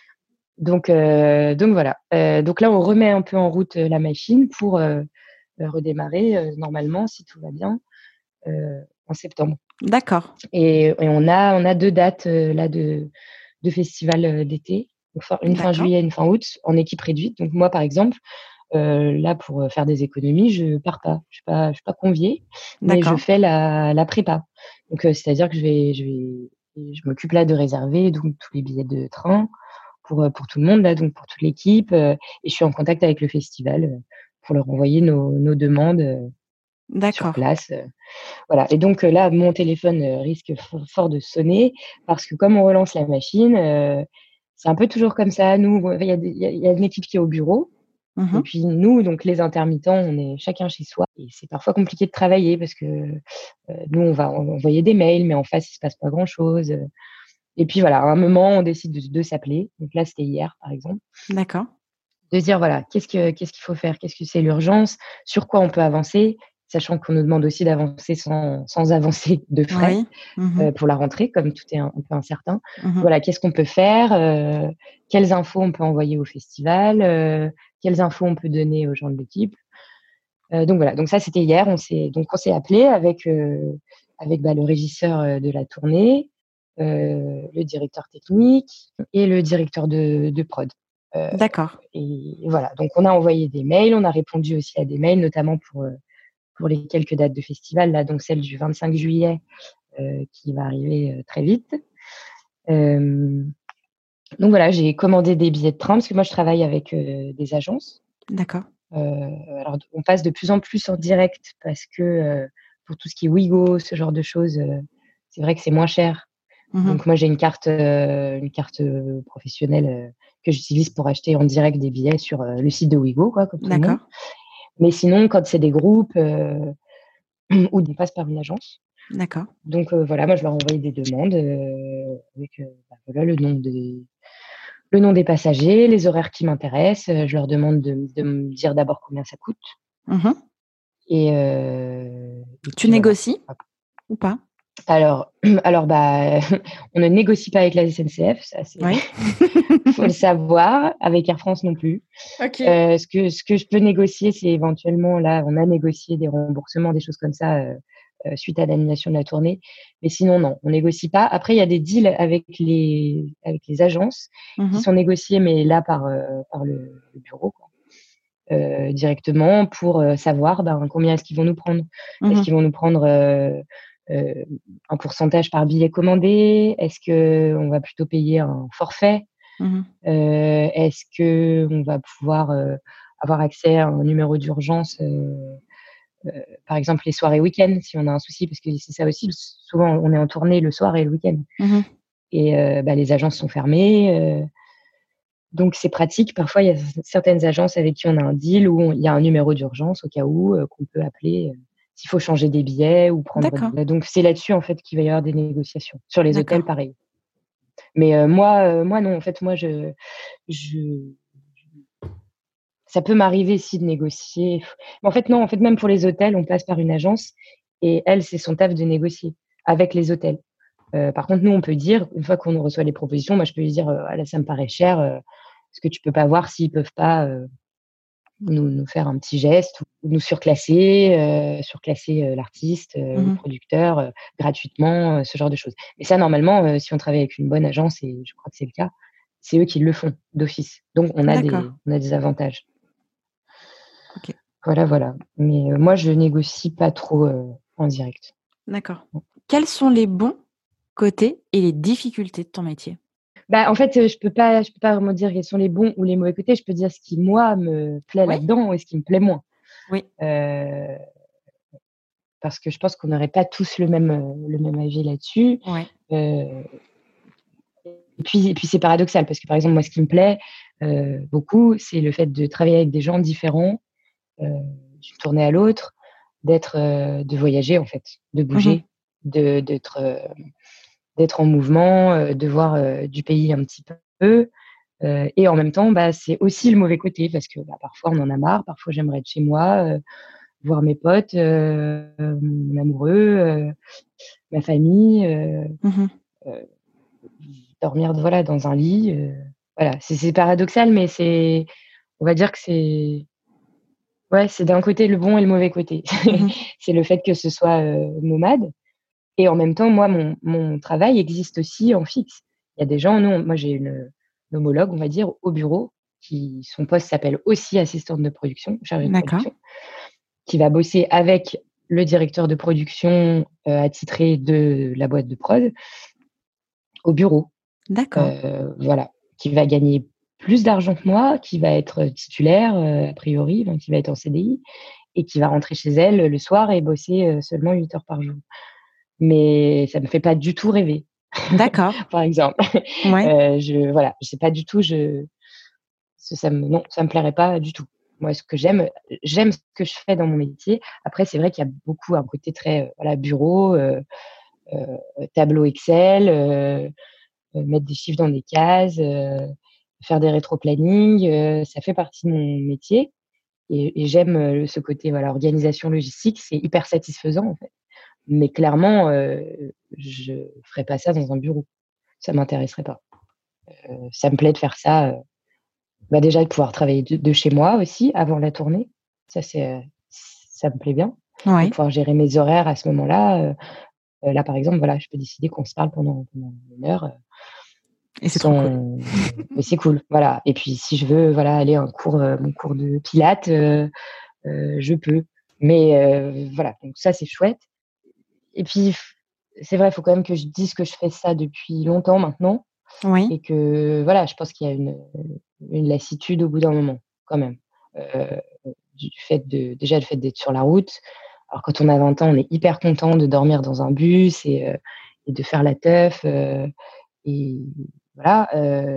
Donc voilà, donc là, on remet un peu en route, la machine pour, redémarrer, normalement, si tout va bien, en septembre d'accord. et on a 2 dates, là de festivals, d'été, donc une fin D'accord, juillet, une fin août, en équipe réduite. Donc moi, par exemple, là, pour, faire des économies, je pars pas. Je suis pas conviée, mais je d'accord, fais la prépa. Donc c'est-à-dire que je m'occupe là de réserver donc tous les billets de train pour tout le monde là, donc pour toute l'équipe, et je suis en contact avec le festival, pour leur envoyer nos demandes, sur d'accord. place, voilà et donc là, mon téléphone, risque fort de sonner parce que comme on relance la machine, c'est un peu toujours comme ça. Nous, il y a une équipe qui est au bureau et Mmh. puis nous, donc les intermittents, on est chacun chez soi et c'est parfois compliqué de travailler parce que, nous, on va envoyer des mails, mais en face, il se passe pas grand-chose, et puis voilà, à un moment, on décide de s'appeler. Donc là, c'était hier, par exemple, D'accord. de se dire: «Voilà, qu'est-ce qu'il faut faire? Qu'est-ce que c'est l'urgence? Sur quoi on peut avancer?» Sachant qu'on nous demande aussi d'avancer sans avancer de frais, Oui. Mmh. pour la rentrée, comme tout est un peu incertain. Mmh. Voilà, qu'est-ce qu'on peut faire? Quelles infos on peut envoyer au festival? Quelles infos on peut donner aux gens de l'équipe? Donc voilà, donc ça, c'était hier. On s'est appelés avec, bah, le régisseur, de la tournée, le directeur technique et le directeur de prod. Heu D'accord. et voilà, donc on a envoyé des mails, on a répondu aussi à des mails, notamment pour les quelques dates de festival, là, donc celle du 25 juillet, qui va arriver, très vite. Hem, donc voilà, j'ai commandé des billets de train parce que moi je travaille avec, des agences. D'accord. Alors on passe de plus en plus en direct parce que, pour tout ce qui est Ouigo, ce genre de choses, c'est vrai que c'est moins cher. Mmh. Donc moi j'ai une carte, professionnelle, que j'utilise pour acheter en direct des billets sur, le site de Ouigo, quoi, comme tout le monde. D'accord. Mais sinon, quand c'est des groupes, ou on passe par une agence. D'accord. Donc voilà, moi je leur ai envoyé des demandes, avec, bah, voilà le nom des passagers, les horaires qui m'intéressent, je leur demande de me dire d'abord combien ça coûte Mmh. et Tu puis voilà. négocies ou pas? Alors alors, bah, on ne négocie pas avec la SNCF, ça c'est Oui. faut le savoir, avec Air France non plus. OK. Ce que je peux négocier, c'est éventuellement là, on a négocié des remboursements, des choses comme ça, suite à l'annulation de la tournée. Mais sinon, non, on négocie pas. Après, il y a des deals avec les agences qui sont négociés, mais là par le bureau, quoi. Directement pour savoir combien est-ce qu'ils vont nous prendre. Est-ce qu'ils vont nous prendre un pourcentage par billet commandé? Est-ce qu'on va plutôt payer un forfait? Est-ce qu'on va pouvoir avoir accès à un numéro d'urgence, par exemple les soirées week-end, si on a un souci, parce que c'est ça aussi, souvent on est en tournée le soir et le week-end. Et les agences sont fermées. Donc c'est pratique. Parfois, il y a certaines agences avec qui on a un deal où il y a un numéro d'urgence au cas où qu'on peut appeler s'il faut changer des billets ou prendre. Donc c'est là-dessus en fait qu'il va y avoir des négociations. Sur les hôtels, pareil. Mais moi non. En fait, moi ça peut m'arriver si de négocier. Mais en fait non. En fait, même pour les hôtels, on passe par une agence et elle, c'est son taf de négocier avec les hôtels. Par contre, nous, on peut dire, une fois qu'on reçoit les propositions, moi, je peux lui dire, là, ça me paraît cher. Est-ce que tu peux pas voir s'ils peuvent pas nous faire un petit geste ou nous surclasser l'artiste, le producteur gratuitement, ce genre de choses. Mais ça, normalement, si on travaille avec une bonne agence, et je crois que c'est le cas, c'est eux qui le font d'office. Donc, on a des avantages. Okay. Voilà. Mais moi, je négocie pas trop en direct. D'accord. Quels sont les bons côtés et les difficultés de ton métier? En fait, je peux pas vraiment dire quels sont les bons ou les mauvais côtés. Je peux dire ce qui, moi, me plaît là-dedans et ce qui me plaît moins. Oui. Parce que je pense qu'on n'aurait pas tous le même avis là-dessus. Ouais. Et puis c'est paradoxal parce que, par exemple, moi, ce qui me plaît beaucoup, c'est le fait de travailler avec des gens différents, d'une tournée à l'autre, de voyager, en fait, de bouger, d'être en mouvement, de voir du pays un petit peu. Et en même temps, c'est aussi le mauvais côté parce que parfois on en a marre, parfois j'aimerais être chez moi, voir mes potes, mon amoureux, ma famille, dormir dans un lit. Voilà, c'est paradoxal, mais on va dire que c'est d'un côté le bon et le mauvais côté. C'est le fait que ce soit nomade. Et en même temps, moi, mon travail existe aussi en fixe. Il y a des gens, moi j'ai une homologue, on va dire, au bureau, son poste s'appelle aussi assistante de production, chargée de production, qui va bosser avec le directeur de production attitré de la boîte de prod au bureau. D'accord. Voilà, qui va gagner plus d'argent que moi, qui va être titulaire a priori, qui va être en CDI et qui va rentrer chez elle le soir et bosser seulement 8 heures par jour. Mais ça me fait pas du tout rêver. D'accord. Par exemple. Ouais. Je sais pas du tout, ça me plairait pas du tout. Moi, ce que j'aime ce que je fais dans mon métier. Après, c'est vrai qu'il y a beaucoup un côté très bureau, tableau Excel, mettre des chiffres dans des cases, faire des rétro-planning, ça fait partie de mon métier et j'aime ce côté organisation logistique, c'est hyper satisfaisant en fait. Mais clairement, je ferais pas ça dans un bureau. Ça m'intéresserait pas. Ça me plaît de faire ça, déjà de pouvoir travailler de chez moi aussi avant la tournée. Ça me plaît bien. De pouvoir gérer mes horaires à ce moment-là. Là, par exemple, je peux décider qu'on se parle pendant 1 heure. Et c'est trop cool. Mais c'est cool, voilà. Et puis si je veux aller à mon cours de pilates, je peux. Mais voilà, donc ça c'est chouette. Et puis c'est vrai, il faut quand même que je dise que je fais ça depuis longtemps maintenant. Oui. Et que je pense qu'il y a une lassitude au bout d'un moment quand même. Du fait d'être sur la route. Alors quand on a 20 ans, on est hyper content de dormir dans un bus et de faire la teuf, et voilà.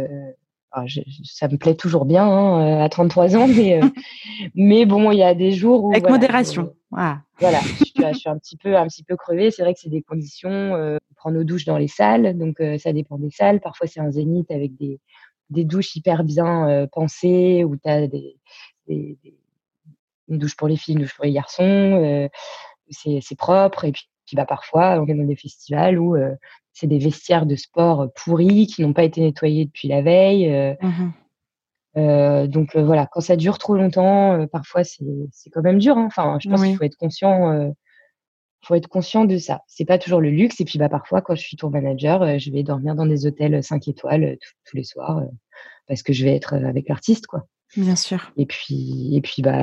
Ça me plaît toujours bien à 33 ans, mais bon, il y a des jours où avec modération. Voilà. Je suis un petit peu crevée. C'est vrai que c'est des conditions. On prend nos douches dans les salles, donc ça dépend des salles. Parfois, c'est un zénith avec des douches hyper bien pensées, où tu as une douche pour les filles, une douche pour les garçons. C'est propre. Et puis parfois, on est dans des festivals où c'est des vestiaires de sport pourris qui n'ont pas été nettoyés depuis la veille. Donc voilà, quand ça dure trop longtemps, parfois c'est quand même dur, hein. Enfin, je pense qu'il faut être conscient faut être conscient de ça. C'est pas toujours le luxe. Et puis, parfois, quand je suis tour manager, je vais dormir dans des hôtels 5 étoiles tous les soirs parce que je vais être avec l'artiste, quoi. Bien sûr. Et puis,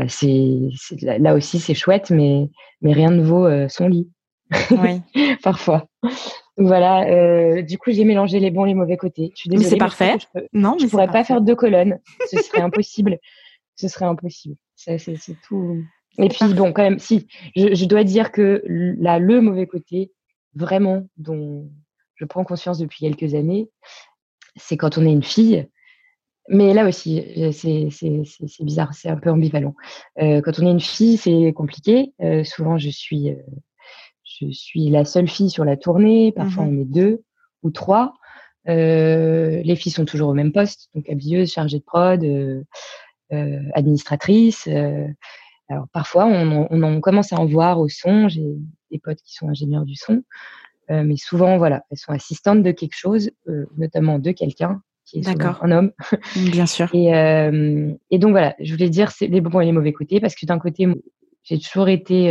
là aussi, c'est chouette, mais rien ne vaut son lit. Oui. Parfois. Donc voilà, du coup, j'ai mélangé les bons et les mauvais côtés. Je suis Mais désolée, c'est mais je crois parfait. que Non, je mais c'est pourrais pas parfait. faire 2 colonnes. Ce serait impossible. Ce serait impossible. C'est tout. Et puis Parfait. bon, quand même, si, je dois dire que là, le mauvais côté, vraiment, dont je prends conscience depuis quelques années, c'est quand on est une fille. Mais là aussi, c'est bizarre, c'est un peu ambivalent. Quand on est une fille, c'est compliqué. Souvent, je suis la seule fille sur la tournée. Parfois, on est 2 ou 3. Les filles sont toujours au même poste, donc habilleuse, chargée de prod, administratrice. Alors parfois, on commence à en voir au son. J'ai des potes qui sont ingénieurs du son, mais souvent, voilà, elles sont assistantes de quelque chose, notamment de quelqu'un qui est souvent D'accord. un homme. Bien sûr. Et donc voilà, je voulais dire c'est les bons et les mauvais côtés parce que d'un côté, j'ai toujours été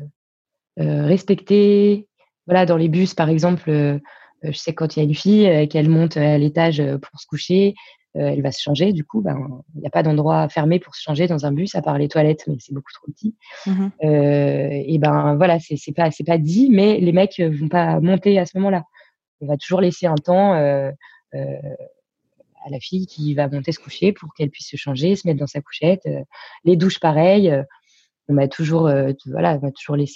respectée. Voilà, dans les bus, par exemple, je sais que quand il y a une fille qu'elle monte à l'étage pour se coucher, elle va se changer. Du coup, il n'y a pas d'endroit fermé pour se changer dans un bus à part les toilettes, mais c'est beaucoup trop petit. Et voilà, c'est pas dit, mais les mecs vont pas monter à ce moment-là. On va toujours laisser un temps à la fille qui va monter se coucher pour qu'elle puisse se changer, se mettre dans sa couchette. Les douches, pareil. On m'a toujours, voilà, on m'a toujours laissé.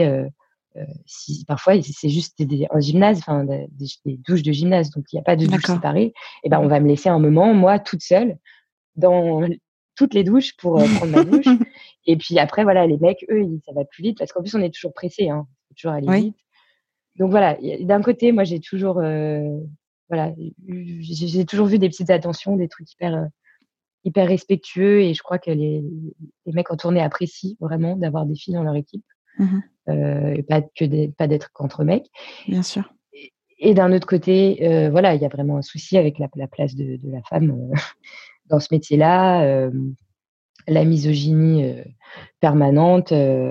Si parfois c'est juste un gymnase, enfin des douches de gymnase, donc il n'y a pas de douche D'accord. séparée. Et on va me laisser un moment, moi, toute seule, dans toutes les douches pour prendre ma douche. Et puis après, voilà, les mecs, eux, ça va plus vite parce qu'en plus, on est toujours pressés, hein, faut toujours aller Oui. vite. Donc voilà, d'un côté, moi, j'ai toujours, voilà, j'ai toujours vu des petites attentions, des trucs hyper respectueux, et je crois que les mecs en tournée apprécient vraiment d'avoir des filles dans leur équipe, et pas d'être qu'entre mecs. Bien sûr. Et d'un autre côté, voilà, il y a vraiment un souci avec la place de la femme dans ce métier-là, la misogynie permanente,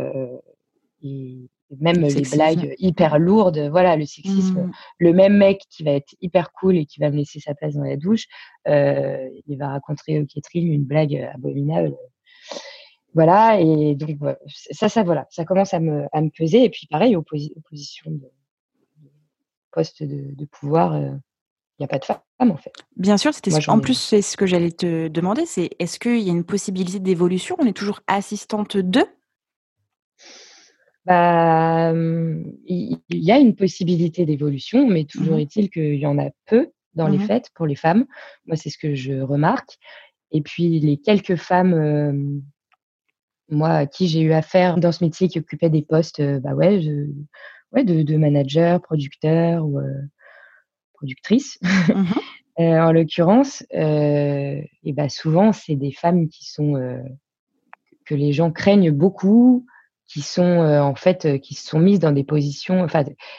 et même Le les sexisme. blagues hyper lourdes, voilà, le sexisme. Le même mec qui va être hyper cool et qui va me laisser sa place dans la douche, il va raconter aux Catherine une blague abominable. Voilà, et donc voilà, voilà, ça commence à me peser. Et puis pareil, opposition de poste de pouvoir, il y a pas de femmes, en fait. Bien sûr, Moi, en j'en plus, c'est ce que j'allais te demander, c'est est-ce qu'il y a une possibilité d'évolution? On est toujours assistante de? Il y a une possibilité d'évolution, mais toujours Mmh. est-il qu'il y en a peu dans les Mmh. faits pour les femmes. Moi, c'est ce que je remarque. Et puis les quelques femmes, moi, à qui j'ai eu affaire dans ce métier, qui occupaient des postes, ouais, de manager, producteur ou productrice, Mmh. en l'occurrence, et souvent, c'est des femmes qui sont, que les gens craignent beaucoup, qui sont, en fait, qui se sont mises dans des positions, enfin,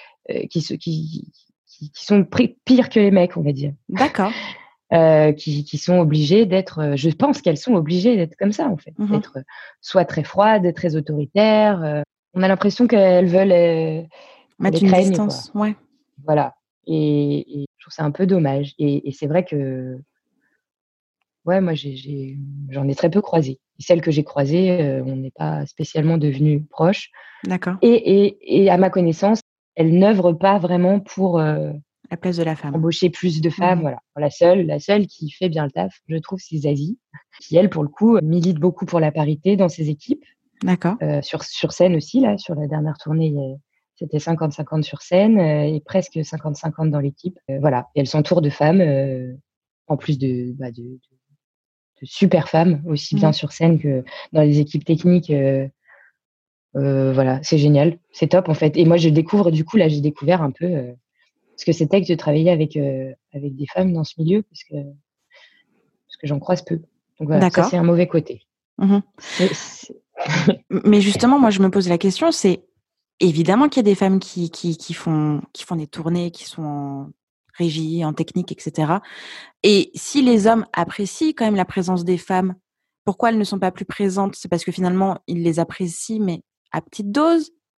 qui sont pires que les mecs, on va dire. D'accord. Qui sont obligées d'être, je pense qu'elles sont obligées d'être comme ça, en fait, Mmh. d'être soit très froides, très autoritaires. On a l'impression qu'elles veulent, qu'on les Mettre une craigne, quoi. distance, ouais. Voilà, et je trouve ça un peu dommage, et c'est vrai que, ouais, moi, j'en ai très peu croisé. Et celles que j'ai croisées, on n'est pas spécialement devenues proches, D'accord. et à ma connaissance, elles n'œuvrent pas vraiment pour, La place de la femme. embaucher plus de femmes, Mmh. voilà. La seule qui fait bien le taf, je trouve, c'est Zazie, qui elle, pour le coup, milite beaucoup pour la parité dans ses équipes, D'accord. sur scène aussi, là, sur la dernière tournée, c'était 50-50 sur scène, et presque 50-50 dans l'équipe. Voilà, et elle s'entoure de femmes, en plus de super femmes, aussi bien Mmh. sur scène que dans les équipes techniques. Voilà, c'est génial, c'est top, en fait. Et moi, je découvre, du coup, là, j'ai découvert un peu ce que c'était que de travailler avec des femmes dans ce milieu, parce que j'en croise peu. Donc voilà, ça, D'accord. c'est un mauvais côté. Mmh. C'est Mais justement, moi, je me pose la question, c'est évidemment qu'il y a des femmes qui font des tournées, qui sont en régie, en technique, et cetera. Et si les hommes apprécient quand même la présence des femmes, pourquoi elles ne sont pas plus présentes? C'est parce que finalement, ils les apprécient, mais à petite dose,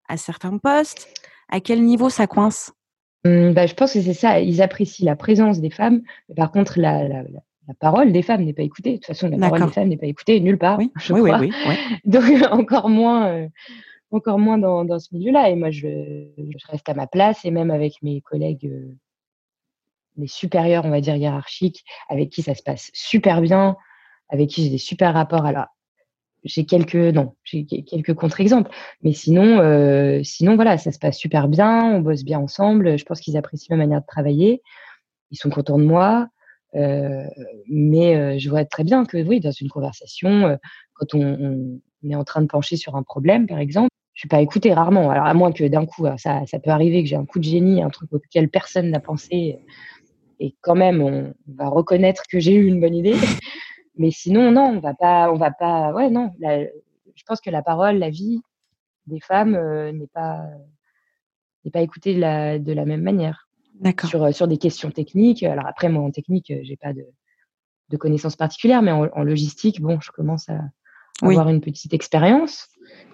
à certains postes? À quel niveau ça coince? Je pense que c'est ça. Ils apprécient la présence des femmes, mais par contre, la parole des femmes n'est pas écoutée. De toute façon, la parole des D'accord. femmes n'est pas écoutée nulle part, Oui, je oui, oui, crois. oui, ouais. Donc, encore moins dans ce milieu-là. Et moi, je reste à ma place et même avec mes collègues, mes supérieurs, on va dire hiérarchiques, avec qui ça se passe super bien, avec qui j'ai des super rapports. Alors, j'ai quelques contre-exemples, mais sinon voilà, ça se passe super bien, on bosse bien ensemble. Je pense qu'ils apprécient ma manière de travailler. Ils sont contents de moi, heu, mais je vois très bien que oui, dans une conversation, quand on est en train de pencher sur un problème, par exemple, je suis pas écoutée rarement. Alors à moins que d'un coup, ça peut arriver que j'ai un coup de génie, un truc auquel personne n'a pensé et quand même on va reconnaître que j'ai eu une bonne idée. Mais sinon non, on va pas ouais, non, je pense que la parole, la vie des femmes, n'est pas écoutée de la même manière. D'accord. Sur des questions techniques, alors après moi en technique, j'ai pas de connaissances particulières, mais en logistique, bon, je commence à Oui, avoir une petite expérience.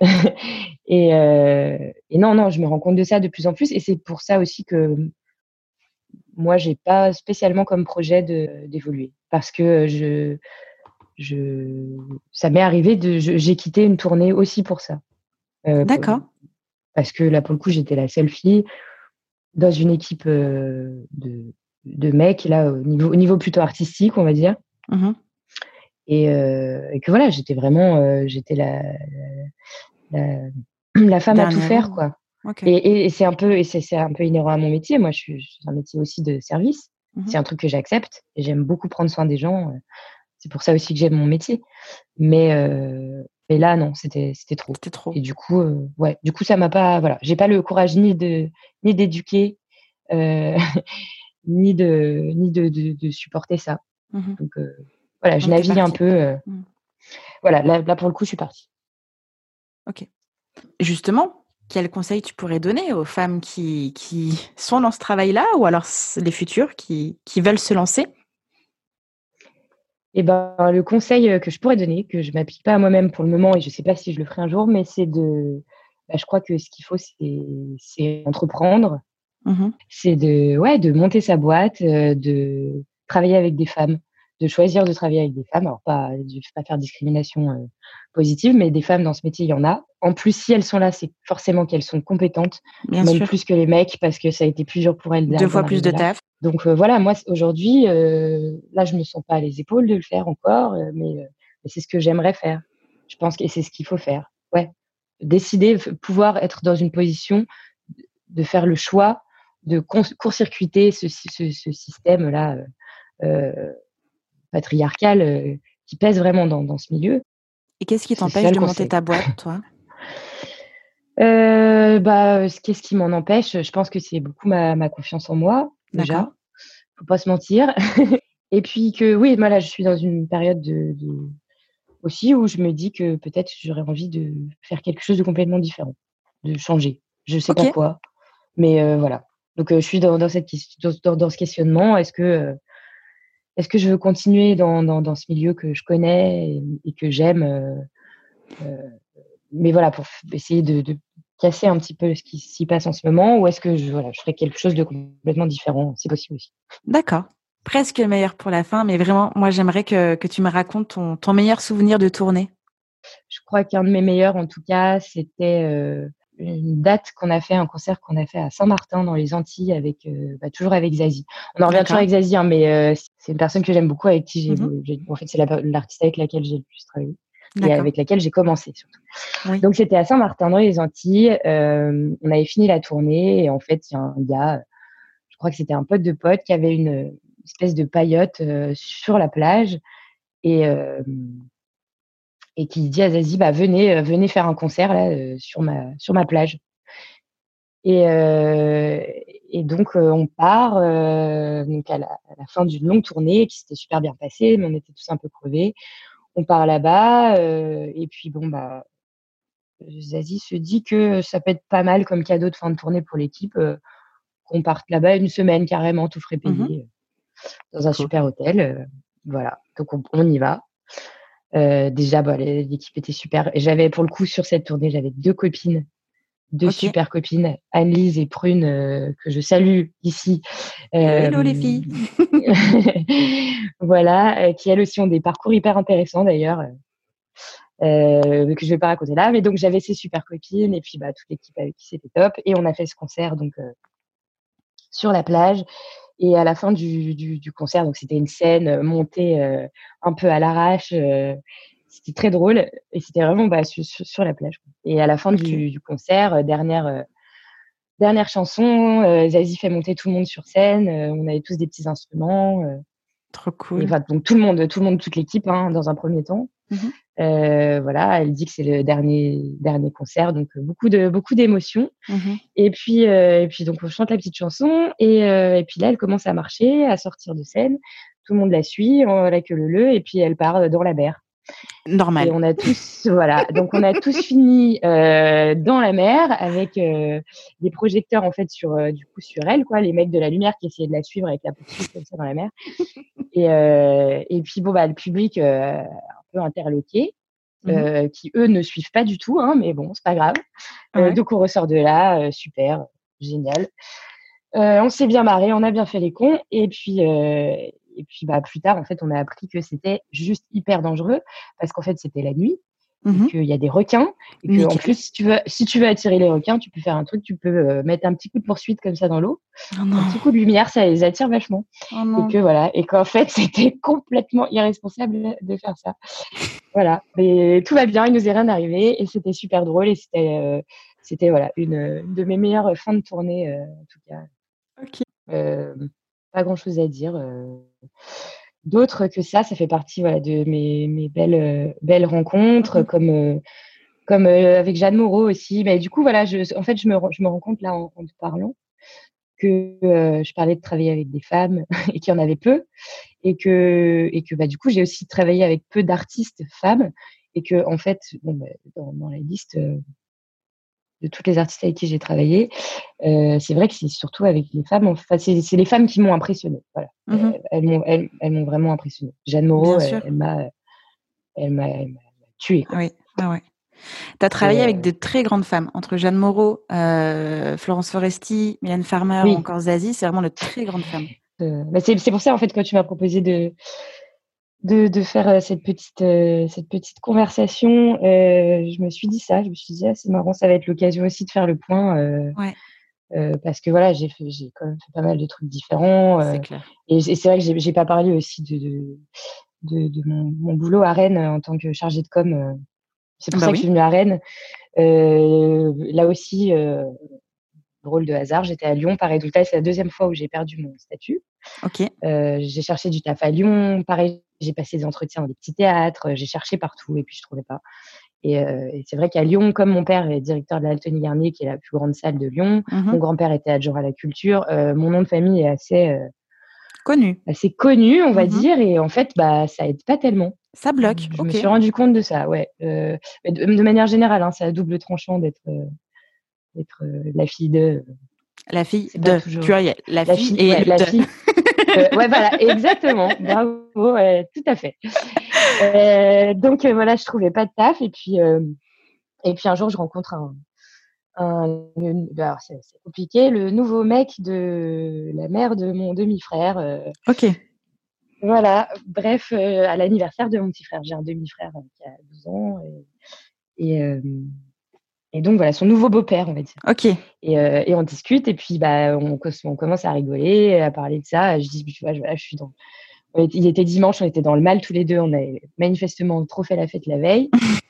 Et non, non, je me rends compte de ça de plus en plus et c'est pour ça aussi que moi j'ai pas spécialement comme projet d'évoluer parce que je ça m'est arrivé j'ai quitté une tournée aussi pour ça. P d'accord. Parce que là, pour le coup, j'étais la seule fille dans une équipe, de mecs là, au niveau plutôt artistique, on va dire. Mmh. Et que voilà, j'étais vraiment, j'étais la la femme à tout Dernière faire, ligne. quoi. OK. Et c'est un peu inhérent à mon métier. Moi, je suis un métier aussi de service. Mmh. C'est un truc que j'accepte et j'aime beaucoup prendre soin des gens, c'est pour ça aussi que j'aime mon métier. Mais là, non, c'était trop. C'était trop. Et du coup, ouais, du coup, ça m'a pas voilà, j'ai pas le courage ni d'éduquer, heu, ni de supporter ça. Mmh. Donc voilà, je Donc tu es navigue un partie. peu, Mmh. voilà, là, pour le coup, je suis partie. OK. Justement, quels conseils tu pourrais donner aux femmes qui sont dans ce travail-là ou alors les futures qui veulent se lancer? Et ben, le conseil, que je pourrais donner, que je m'applique pas à moi-même pour le moment et je sais pas si je le ferai un jour, mais je crois que ce qu'il faut, c'est entreprendre. Mmh. C'est de monter sa boîte, de travailler avec des femmes, de choisir de travailler avec des femmes. Alors pas je vais pas faire discrimination, positive, mais des femmes dans ce métier, il y en a. En plus, si elles sont là, c'est forcément qu'elles sont compétentes, Bien même sûr. plus que les mecs parce que ça a été plus dur pour elles 2 d'en fois plus de arriver là. taf. Donc voilà, moi aujourd'hui, là, je me sens pas les épaules de le faire encore, mais c'est ce que j'aimerais faire. Je pense que c'est ce qu'il faut faire. Ouais, décider, pouvoir être dans une position de faire le choix de court-circuiter ce système-là, heu, patriarcal, qui pèse vraiment dans ce milieu. Et qu'est-ce qui C'est ça t'empêche le de monter conseil. ta boîte, toi? Qu'est-ce qui m'en empêche? Je pense que c'est beaucoup ma confiance en moi, D'accord. déjà, faut pas se mentir. Et puis que oui, moi là, je suis dans une période de aussi où je me dis que peut-être j'aurais envie de faire quelque chose de complètement différent, de changer. Je sais pas OK. quoi, mais voilà. Donc je suis dans cette ques dans ce questionnement. Est-ce que je veux continuer dans ce milieu que je connais et que j'aime, heu, mais voilà, pour essayer de casser un petit peu ce qui s'y passe en ce moment ou est-ce que je ferai quelque chose de complètement différent? C'est possible aussi. D'accord. Presque le meilleur pour la fin, mais vraiment, moi, j'aimerais que tu me racontes ton meilleur souvenir de tournée. Je crois qu'un de mes meilleurs, en tout cas, c'était, une date qu'on a fait, un concert qu'on a fait à Saint-Martin dans les Antilles avec, toujours avec Zazie. On en revient toujours D'accord. avec Zazie, hein, mais c'est une personne que j'aime beaucoup, avec qui Mmh. en fait, c'est l'artiste avec laquelle j'ai le plus travaillé et D'accord. avec laquelle j'ai commencé surtout. Oui. Donc c'était à Saint-Martin dans les Antilles, on avait fini la tournée et en fait, il y a un gars, je crois que c'était un pote de pote qui avait une espèce de paillote, sur la plage et hem et qui dit à Zazie: «Bah, venez faire un concert là, sur ma plage». Et donc on part, donc à la fin d'une longue tournée qui s'était super bien passée, mais on était tous un peu crevés. On part là-bas, et puis bon, bah, Zazie se dit que ça peut être pas mal comme cadeau de fin de tournée pour l'équipe, qu'on parte là-bas une semaine carrément, tout frais Mmh. payé, dans un Cool. super hôtel, voilà. Donc on y va. Déjà, bah, l'équipe était super et j'avais pour le coup sur cette tournée, j'avais 2 copines 2 Ok. super copines, Anne-Lise et Prune, que je salue ici. Hello les filles. Voilà, qui elles aussi ont des parcours hyper intéressants d'ailleurs, que je vais pas raconter là. Mais donc j'avais ces super copines et puis bah, toute l'équipe avec qui c'était top. Et on a fait ce concert donc sur la plage. Et à la fin du concert, donc c'était une scène montée un peu à l'arrache. C'était très drôle et c'était vraiment bah, sur la plage. Quoi. Et à la fin Ok. du concert, dernière chanson, Zazie fait monter tout le monde sur scène. On avait tous des petits instruments. Trop Et cool. enfin, donc tout le monde, toute l'équipe, hein, dans un premier temps. Mhm. Voilà, elle dit que c'est le dernier concert, donc beaucoup d'émotions. Mhm. Et puis donc on chante la petite chanson et puis là elle commence à marcher, à sortir de scène. Tout le monde la suit, on la queue leu et puis elle part dans la mer. Et Normal. on a tous voilà, donc on a tous fini dans la mer avec des projecteurs en fait du coup sur elle quoi, les mecs de la lumière qui essayaient de la suivre avec la poursuite comme ça dans la mer. Et puis bon bah le public un peu interloqué. Mhm. Qui eux ne suivent pas du tout, hein, mais bon, c'est pas grave. Ouais. Donc on ressort de là, super, génial. On s'est bien marré, on a bien fait les cons. Et puis bah, plus tard, en fait, on a appris que c'était juste hyper dangereux parce qu'en fait, c'était la nuit et Mhm. qu'il y a des requins et que en Nickel. plus, si tu veux attirer les requins, tu peux faire un truc, tu peux mettre un petit coup de poursuite comme ça dans l'eau, Oh un non. petit coup de lumière, ça les attire vachement. Oh Et non. que voilà, et qu'en fait, c'était complètement irresponsable de faire ça. Voilà, mais tout va bien, il nous est rien arrivé et c'était super drôle et c'était voilà une de mes meilleures fins de tournée en tout cas. Ok. Pas grand-chose à dire. D'autres que ça fait partie voilà, de mes belles rencontres, Mhm. comme avec Jeanne Moreau aussi. Mais du coup, voilà, en fait, je me rends compte là en te parlant que je parlais de travailler avec des femmes et qu'il y en avait peu. Et que bah, du coup, j'ai aussi travaillé avec peu d'artistes femmes. Et que, en fait, bon, bah, dans la liste de toutes les artistes avec qui j'ai travaillé, c'est vrai que c'est surtout avec les femmes. Enfin, c'est les femmes qui m'ont impressionnée. Voilà. Mhm. Elles m'ont vraiment impressionnée. Jeanne Moreau, Bien sûr. elle m'a tuée, Ah quoi. oui. Ah ouais. Tu as Et, travaillé avec de très grandes femmes, entre Jeanne Moreau, Florence Foresti, Mylène Farmer ou oui, encore Zazie, c'est vraiment de très grandes femmes. bah, c'est pour ça, en fait, quand tu m'as proposé de faire cette petite conversation, je me suis dit ça. Je me suis dit, ah, c'est marrant, ça va être l'occasion aussi de faire le point. Ouais, Parce que voilà, j'ai quand même fait pas mal de trucs différents. c'est clair. Et c'est vrai que j'ai pas parlé aussi de mon boulot à Rennes en tant que chargée de com. C'est pour Bah ça que je oui. suis venue à Rennes. Là aussi, drôle de hasard, j'étais à Lyon. Pareil, donc là, c'est la deuxième fois où j'ai perdu mon statut. Ok. J'ai cherché du taf à Lyon. Pareil, j'ai passé des entretiens dans des petits théâtres. J'ai cherché partout et puis je trouvais pas. Et c'est vrai qu'à Lyon, comme mon père est directeur de la Altony Garnier, qui est la plus grande salle de Lyon, Mhm. mon grand-père était adjoint à la culture, mon nom de famille est Connu. assez connu, on va Mhm. dire. Et en fait, bah, ça aide pas tellement. Ça bloque. Je me Ok. suis rendu compte de ça, ouais. Mais de manière générale, hein, c'est à double tranchant d'être la fille de. La fille C'est pas de, toujours pluriel. La la fille fille, et ouais, la de. fille. Ouais, voilà, exactement. Bravo, ouais, tout à fait. Donc voilà, je trouvais pas de taf. Et puis un jour, je rencontre alors c'est compliqué, le nouveau mec de la mère de mon demi-frère. Ok. Voilà, bref, à l'anniversaire de mon petit frère. J'ai un demi-frère qui a 12 ans. Et donc voilà, son nouveau beau-père, on va dire. Ok. Et on discute, et puis bah, on commence à rigoler, à parler de ça. Je dis, tu vois, je suis dans. Il était dimanche, on était dans le mal tous les deux. On avait manifestement trop fait la fête la veille.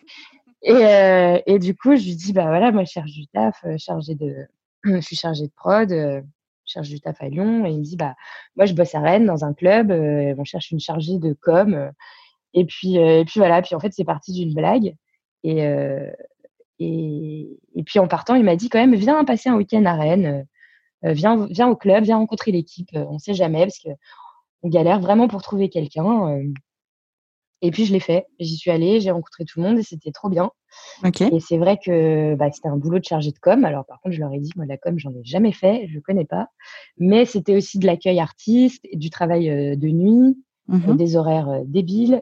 Et du coup, je lui dis, bah voilà, moi, je cherche du taf, je suis chargée de prod, je cherche du taf à Lyon. Et il me dit, bah, moi, je bosse à Rennes dans un club, on cherche une chargée de com. Et puis voilà, puis en fait, c'est parti d'une blague. Et, euh, et puis en partant, il m'a dit quand même, viens passer un week-end à Rennes, viens au club, viens rencontrer l'équipe, on sait jamais, parce qu'on galère vraiment pour trouver quelqu'un. Et puis je l'ai fait, j'y suis allée, j'ai rencontré tout le monde et c'était trop bien. Ok. Et c'est vrai que bah, c'était un boulot de chargé de com. Alors par contre, je leur ai dit, moi, la com, j'en ai jamais fait, je connais pas. Mais c'était aussi de l'accueil artiste, du travail de nuit, Mhm. des horaires débiles.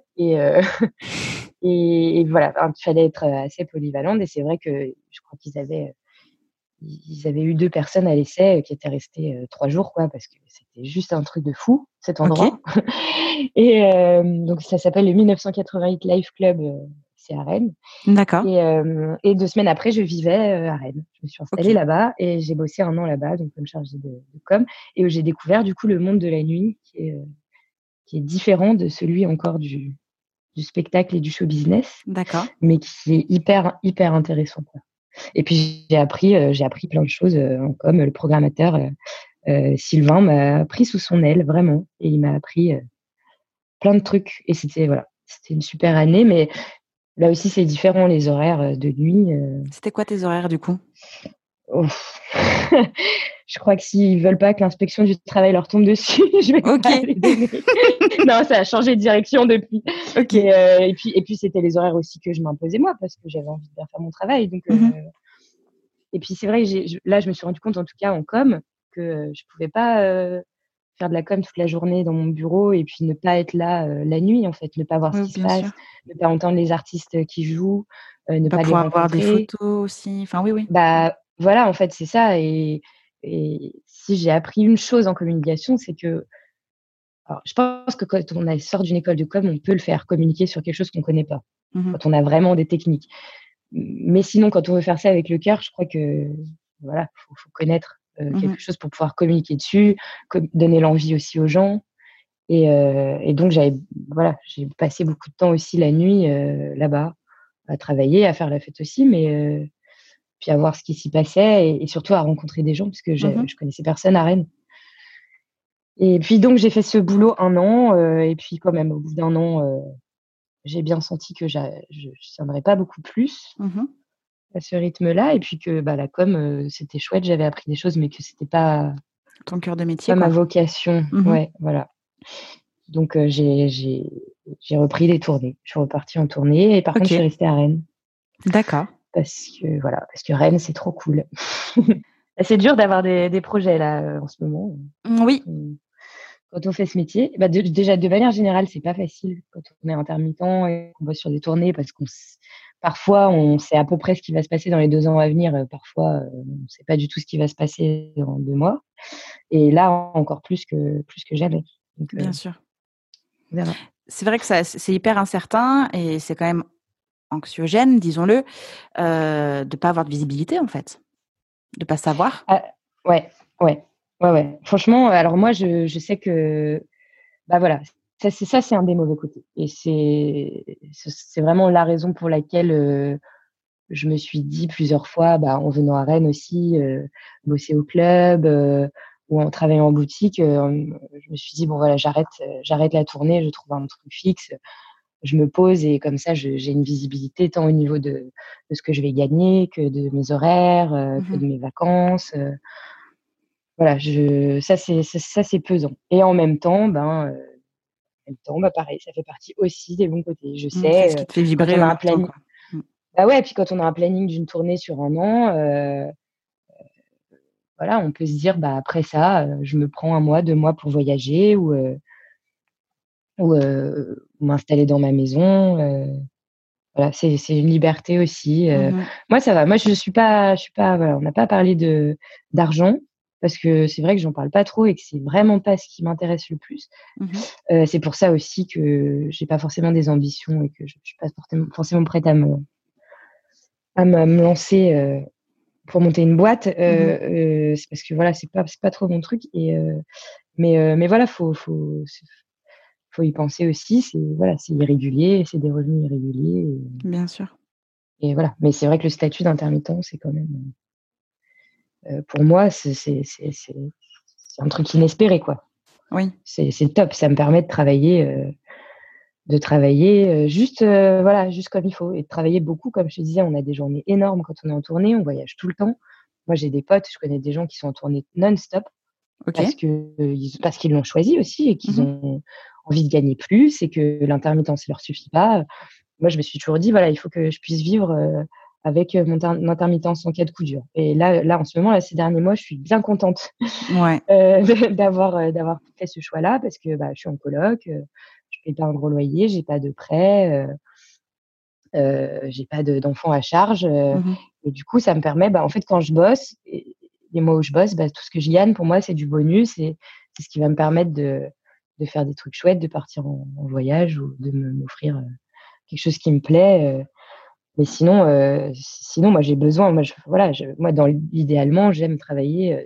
Et voilà, enfin, il fallait être assez polyvalente. Et c'est vrai que je crois qu'ils avaient ils avaient eu 2 personnes à l'essai qui étaient restées 3 jours, quoi, parce que c'était juste un truc de fou, cet OK. endroit. Et donc ça s'appelle le 1988 Life Club, c'est à Rennes. D'accord. Et 2 semaines après, je vivais à Rennes. Je me suis installée OK. là-bas et j'ai bossé 1 an là-bas, donc comme chargée de com, et où j'ai découvert du coup le monde de la nuit qui est différent de celui encore du spectacle et du show business, D'accord. mais qui est hyper, hyper intéressant, quoi. Et puis j'ai appris plein de choses, en com. Le programmateur, Sylvain m'a pris sous son aile vraiment, et il m'a appris, plein de trucs, et c'était une super année, mais là aussi c'est différent les horaires, de nuit, C'était quoi tes horaires du coup? ouf. Je crois que s'ils veulent pas que l'inspection du travail leur tombe dessus, je vais pas OK. les donner. Non, ça a changé de direction depuis. OK. Mais et puis c'était les horaires aussi que je m'imposais moi, parce que j'avais envie de bien faire mon travail. Donc Mmh. et puis c'est vrai que là je me suis rendu compte, en tout cas en com, que je pouvais pas faire de la com toute la journée dans mon bureau et puis ne pas être là la nuit, en fait, ne pas voir ce Oui, qui se bien sûr. passe, ne pas entendre les artistes qui jouent, ne Pas pas les pouvoir voir des rencontrer. photos aussi. Enfin, oui, oui. Bah, voilà, en fait, c'est ça. Et si j'ai appris une chose en communication, c'est que, alors, je pense que quand on sort d'une école de com, on peut le faire, communiquer sur quelque chose qu'on connaît pas, Mmh. quand on a vraiment des techniques. Mais sinon, quand on veut faire ça avec le cœur, je crois que, voilà, faut connaître Mmh. quelque chose pour pouvoir communiquer dessus, donner l'envie aussi aux gens. Et donc j'ai passé beaucoup de temps aussi la nuit là-bas, à travailler, à faire la fête aussi, mais puis à voir ce qui s'y passait, et surtout à rencontrer des gens, parce que Mmh. je connaissais personne à Rennes. Et puis donc j'ai fait ce boulot 1 an, et puis quand même au bout d'1 an, j'ai bien senti que je tiendrais pas beaucoup plus Mmh. à ce rythme-là, et puis que, bah, la com, c'était chouette, j'avais appris des choses, mais que c'était Ton cœur de métier, pas ma quoi. vocation. Mmh. Ouais, voilà. Donc j'ai repris les tournées. Je suis repartie en tournée, et par contre je suis OK. restée à Rennes, D'accord. parce que Rennes, c'est trop cool. C'est dur d'avoir des projets là, en ce moment, Oui. quand on fait ce métier. Bah, déjà de manière générale, c'est pas facile quand on est intermittent et qu'on bosse sur des tournées, parce parfois on sait à peu près ce qui va se passer dans les 2 ans à venir, parfois, on sait pas du tout ce qui va se passer dans 2 mois, et là encore plus que jamais. Donc Bien sûr. on verra. C'est vrai que ça c'est hyper incertain et c'est quand même anxiogène, disons-le, de pas avoir de visibilité, en fait, de pas savoir. Ah, ouais, ouais, ouais, ouais. Franchement, alors moi, je sais que, bah, voilà, c'est un des mauvais côtés, et c'est vraiment la raison pour laquelle, je me suis dit plusieurs fois, bah, en venant à Rennes aussi, bosser au club, ou en travaillant en boutique, je me suis dit: «Bon voilà, j'arrête la tournée, je trouve un truc fixe, je me pose, et comme ça j'ai une visibilité tant au niveau de ce que je vais gagner, que de mes horaires, que Mmh. de mes vacances». Voilà, ça c'est pesant, et en même temps, bah, pareil, ça fait partie aussi des bons côtés. Je C'est ce sais, qui te fait quand vibrer on en a même un temps, planning, quoi. Mmh. bah, ouais, puis quand on a un planning d'une tournée sur 1 an, voilà, on peut se dire: «Bah, après ça, je me prends 1 mois, 2 mois pour voyager, ou m'installer dans ma maison», voilà, c'est une liberté aussi, Mmh. moi ça va. Moi je suis pas, voilà, on n'a pas parlé d'argent, parce que c'est vrai que j'en parle pas trop et que c'est vraiment pas ce qui m'intéresse le plus. Mmh. C'est pour ça aussi que j'ai pas forcément des ambitions, et que je suis pas forcément prête à me lancer, pour monter une boîte, Mmh. c'est parce que voilà, c'est pas trop mon truc, mais voilà, faut y penser aussi. C'est irrégulier, c'est des revenus irréguliers, Bien sûr. et voilà. Mais c'est vrai que le statut d'intermittent, c'est quand même, pour moi, c'est un truc inespéré, quoi. Oui. C'est top, ça me permet de travailler, juste, voilà, juste comme il faut, et de travailler beaucoup. Comme je te disais, on a des journées énormes quand on est en tournée, on voyage tout le temps. Moi, j'ai des potes, je connais des gens qui sont en tournée non-stop, OK. parce qu'ils l'ont choisi aussi, et qu'ils Mmh. ont envie de gagner plus, et que l'intermittence leur suffit pas. Moi, je me suis toujours dit: «Voilà, il faut que je puisse vivre, avec, mon intermittence en cas de coup dur», et là, en ce moment, là, ces derniers mois, je suis bien contente, Ouais. d'avoir fait ce choix-là, parce que, bah, je suis en coloc, je paye pas un gros loyer, j'ai pas de prêt, j'ai pas d'enfants à charge, Mmh. Et du coup, ça me permet, en fait, quand je bosse, les mois où je bosse, tout ce que je gagne, pour moi, c'est du bonus et c'est ce qui va me permettre de faire des trucs chouettes, de partir en voyage ou de m'offrir quelque chose qui me plaît. Mais sinon, moi, j'ai besoin, moi, idéalement, j'aime travailler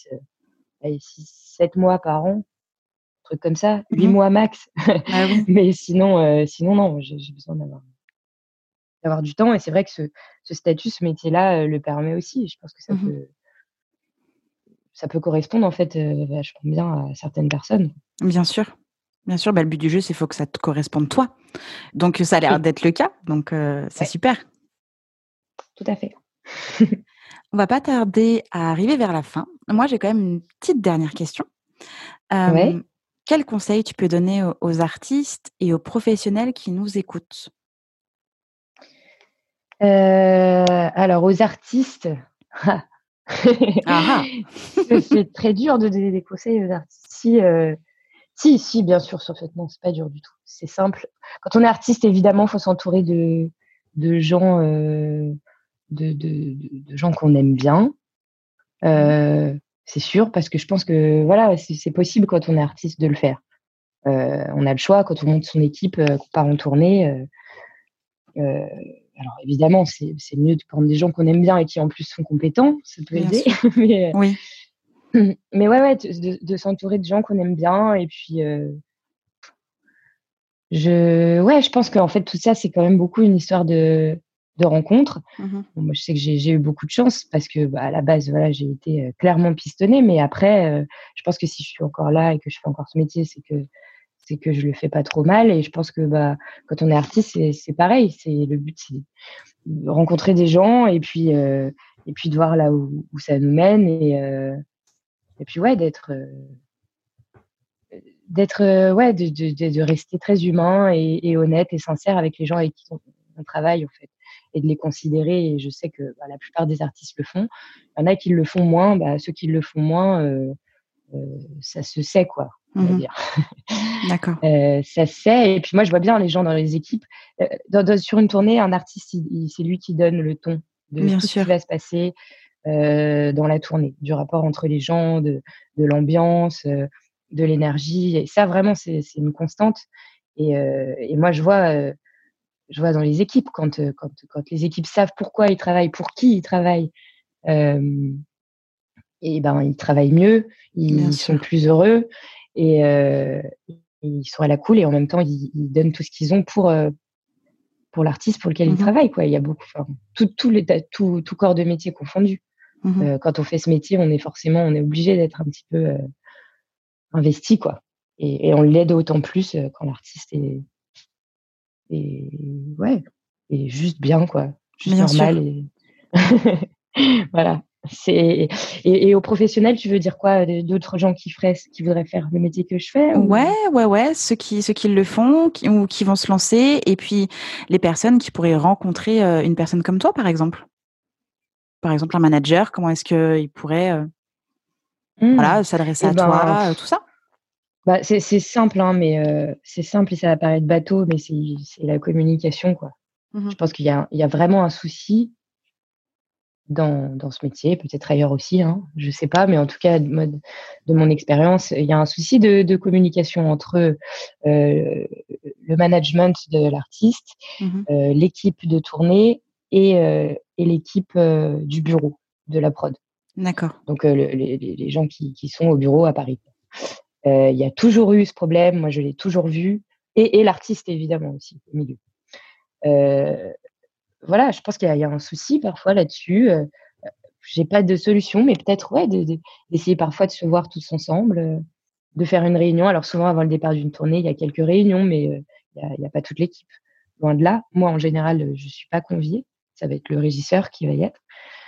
7 mois par an, un truc comme ça, 8 mois max. Ah oui. Mais sinon, non, j'ai besoin d'avoir du temps. Et c'est vrai que ce statut, ce métier-là, le permet aussi. Je pense que ça peut correspondre, en fait, vachement bien à certaines personnes. Bien sûr. Bien sûr, le but du jeu, c'est faut que ça te corresponde toi. Donc ça a l'air Oui. d'être le cas, donc c'est Ouais. super. Tout à fait. On va pas tarder à arriver vers la fin. Moi, j'ai quand même une petite dernière question. Ouais. Quel conseil tu peux donner aux artistes et aux professionnels qui nous écoutent? Alors aux artistes, Ah ah! c'est très dur de donner des conseils aux artistes. Si, bien sûr, sur fait, non, c'est pas dur du tout. C'est simple. Quand on est artiste, évidemment, faut s'entourer de gens, de gens qu'on aime bien. C'est sûr, parce que je pense que voilà, c'est possible quand on est artiste de le faire. On a le choix quand on monte son équipe, qu'on part en tournée. Alors évidemment, c'est mieux de prendre des gens qu'on aime bien et qui en plus sont compétents, ça peut Bien aider. sûr. Oui. Mais ouais, de s'entourer de gens qu'on aime bien. Et puis je pense qu'en fait tout ça, c'est quand même beaucoup une histoire de rencontres. Mmh. Bon, moi, je sais que j'ai eu beaucoup de chance parce que à la base, voilà, j'ai été clairement pistonnée. Mais après, je pense que si je suis encore là et que je fais encore ce métier, c'est que je le fais pas trop mal. Et je pense que quand on est artiste, c'est pareil. Le but, c'est de rencontrer des gens et puis de voir là où ça nous mène. Et puis ouais, de rester très humain et honnête et sincère avec les gens avec qui on travaille, en fait, et de les considérer. Et je sais que la plupart des artistes le font. Il y en a qui le font moins. Ceux qui le font moins, ça se sait, quoi, on va Mmh. dire. D'accord. Ça se sait. Et puis moi, je vois bien les gens dans les équipes. Sur une tournée, un artiste, c'est lui qui donne le ton de Bien tout ce qui sûr. va se passer dans la tournée, du rapport entre les gens, de l'ambiance, de l'énergie. Et ça, vraiment, c'est une constante. Et moi, je vois dans les équipes, quand les équipes savent pourquoi ils travaillent, pour qui ils travaillent, et ils travaillent mieux, Bien ils sont sûr. plus heureux et ils sont à la cool. Et en même temps, ils donnent tout ce qu'ils ont pour l'artiste pour lequel ils Mmh. travaillent, quoi. Il y a beaucoup, enfin, tout corps de métier confondu. Mmh. Quand on fait ce métier, on est obligé d'être un petit peu investi, quoi. Et on l'aide d'autant plus quand l'artiste est ouais, est juste bien, quoi, juste Bien normal. sûr. Et voilà. Et aux professionnels, tu veux dire quoi? D'autres gens qui voudraient faire le métier que je fais, Ouais, ou? ouais, ceux qui le font, ou qui vont se lancer, et puis les personnes qui pourraient rencontrer, une personne comme toi, par exemple. Par exemple, un manager, comment est-ce qu'il pourrait, Mmh. voilà, s'adresser Et à toi, tout ça? c'est simple, hein, mais c'est simple et ça va paraître bateau, mais c'est la communication, quoi. Je Mmh. pense qu'il y a vraiment un souci dans ce métier, peut-être ailleurs aussi, hein, je sais pas, mais en tout cas, de mon expérience, il y a un souci de communication entre le management de l'artiste, Mmh. l'équipe de tournée et l'équipe du bureau, de la prod. D'accord. Donc les gens qui sont au bureau à Paris. Il y a toujours eu ce problème, moi je l'ai toujours vu, et l'artiste évidemment aussi au milieu. Heu, voilà, je pense qu'il y a un souci parfois là-dessus. J'ai pas de solution, mais peut-être, ouais, d'essayer parfois de se voir tous ensemble, de faire une réunion. Alors souvent avant le départ d'une tournée, il y a quelques réunions, mais il y a pas toute l'équipe, loin de là. Moi, en général, je suis pas conviée. Ça va être le régisseur qui va y être.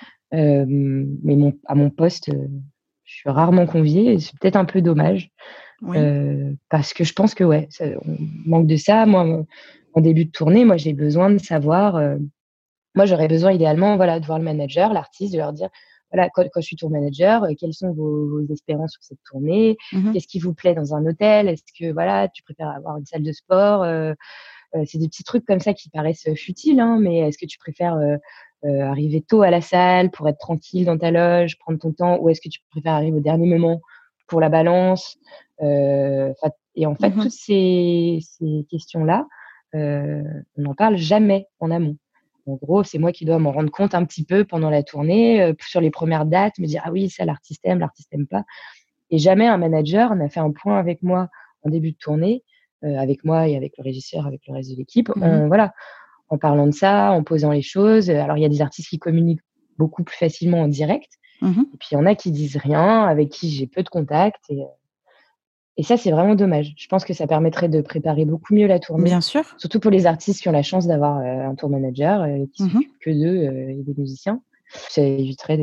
Mais à mon poste, je suis rarement conviée et c'est peut-être un peu dommage, Oui. parce que je pense que, ouais, on manque de ça. Moi, en début de tournée, moi, j'ai besoin de savoir, moi, j'aurais besoin idéalement, voilà, de voir le manager, l'artiste, de leur dire: «Voilà, quand je suis tour manager, quelles sont vos espérances sur cette tournée? Mmh. Qu'est-ce qui vous plaît dans un hôtel? Est-ce que, voilà, tu préfères avoir une salle de sport?» C'est des petits trucs comme ça qui paraissent futiles, hein, mais est-ce que tu préfères, arriver tôt à la salle pour être tranquille dans ta loge, prendre ton temps, ou est-ce que tu préfères arriver au dernier moment pour la balance? Et en fait, Mmh. toutes ces questions-là, on n'en parle jamais en amont. En gros, c'est moi qui dois m'en rendre compte un petit peu pendant la tournée, sur les premières dates, me dire: «Ah oui, ça l'artiste aime pas». Et jamais un manager n'a fait un point avec moi en début de tournée, avec moi et avec le régisseur, avec le reste de l'équipe, Mmh. en parlant de ça, en posant les choses. Alors il y a des artistes qui communiquent beaucoup plus facilement en direct, Mmh. et puis il y en a qui disent rien, avec qui j'ai peu de contact, et ça, c'est vraiment dommage. Je pense que ça permettrait de préparer beaucoup mieux la tournée, Bien sûr. surtout pour les artistes qui ont la chance d'avoir, un tour manager, qui Mmh. s'occupe que d'eux, et des musiciens. Ça éviterait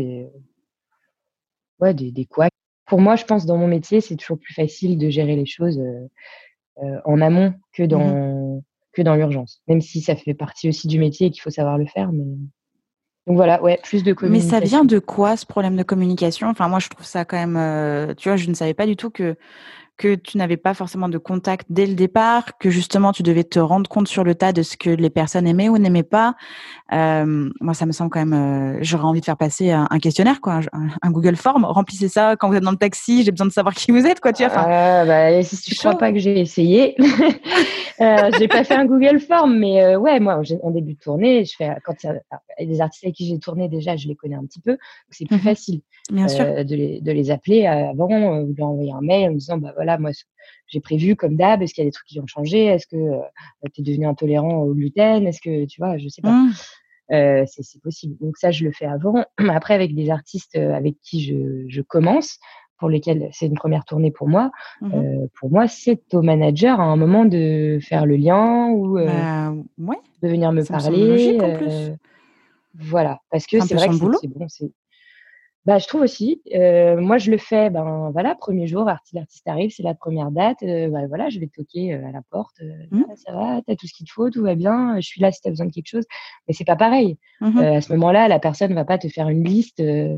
des couacs. Pour moi, je pense dans mon métier, c'est toujours plus facile de gérer les choses, en amont Mmh. que dans l'urgence. Même si ça fait partie aussi du métier et qu'il faut savoir le faire, mais donc voilà, ouais, plus de Mais ça vient communication. de quoi ce problème de communication? Enfin moi je trouve ça quand même, tu vois, je ne savais pas du tout que tu n'avais pas forcément de contact dès le départ, que justement tu devais te rendre compte sur le tas de ce que les personnes aimaient ou n'aimaient pas. Moi, ça me semble quand même, j'aurais envie de faire passer un questionnaire, quoi, un Google Form. Remplissez ça quand vous êtes dans le taxi, j'ai besoin de savoir qui vous êtes, quoi, tu vois? Enfin, Bah, si c'est tu crois chaud. pas que j'ai essayé, j'ai pas fait un Google Form, mais ouais, moi, en début de tournée, je fais quand il y a des artistes avec qui j'ai tourné, déjà, je les connais un petit peu, donc c'est plus Mmh. facile, Bien sûr. de les appeler avant, ou de leur envoyer un mail en me disant: «Bah, voilà, moi, j'ai prévu comme d'hab, est-ce qu'il y a des trucs qui ont changé? Est-ce que, tu es devenu intolérant au gluten? Est-ce que» tu vois? Je sais pas. Mmh. C'est possible. Donc ça, je le fais avant. Après, avec des artistes, avec qui je commence, pour lesquels c'est une première tournée Mmh. pour moi, c'est au manager à un moment de faire le lien, ou Bah, ouais, de venir me ça me semble parler, logique en plus. voilà. Parce que C'est un c'est peu vrai son que boulot. c'est bon, bah, je trouve aussi, moi je le fais, ben, voilà, 1er jour, l'artiste arrive, c'est la première date, bah, voilà, je vais toquer, à la porte, Mmh. «Ah, ça va? Tu as tout ce qu'il te faut? Tout va bien? Je suis là si tu as besoin de quelque chose». Mais c'est pas pareil. Mmh. À ce moment-là, la personne va pas te faire une liste,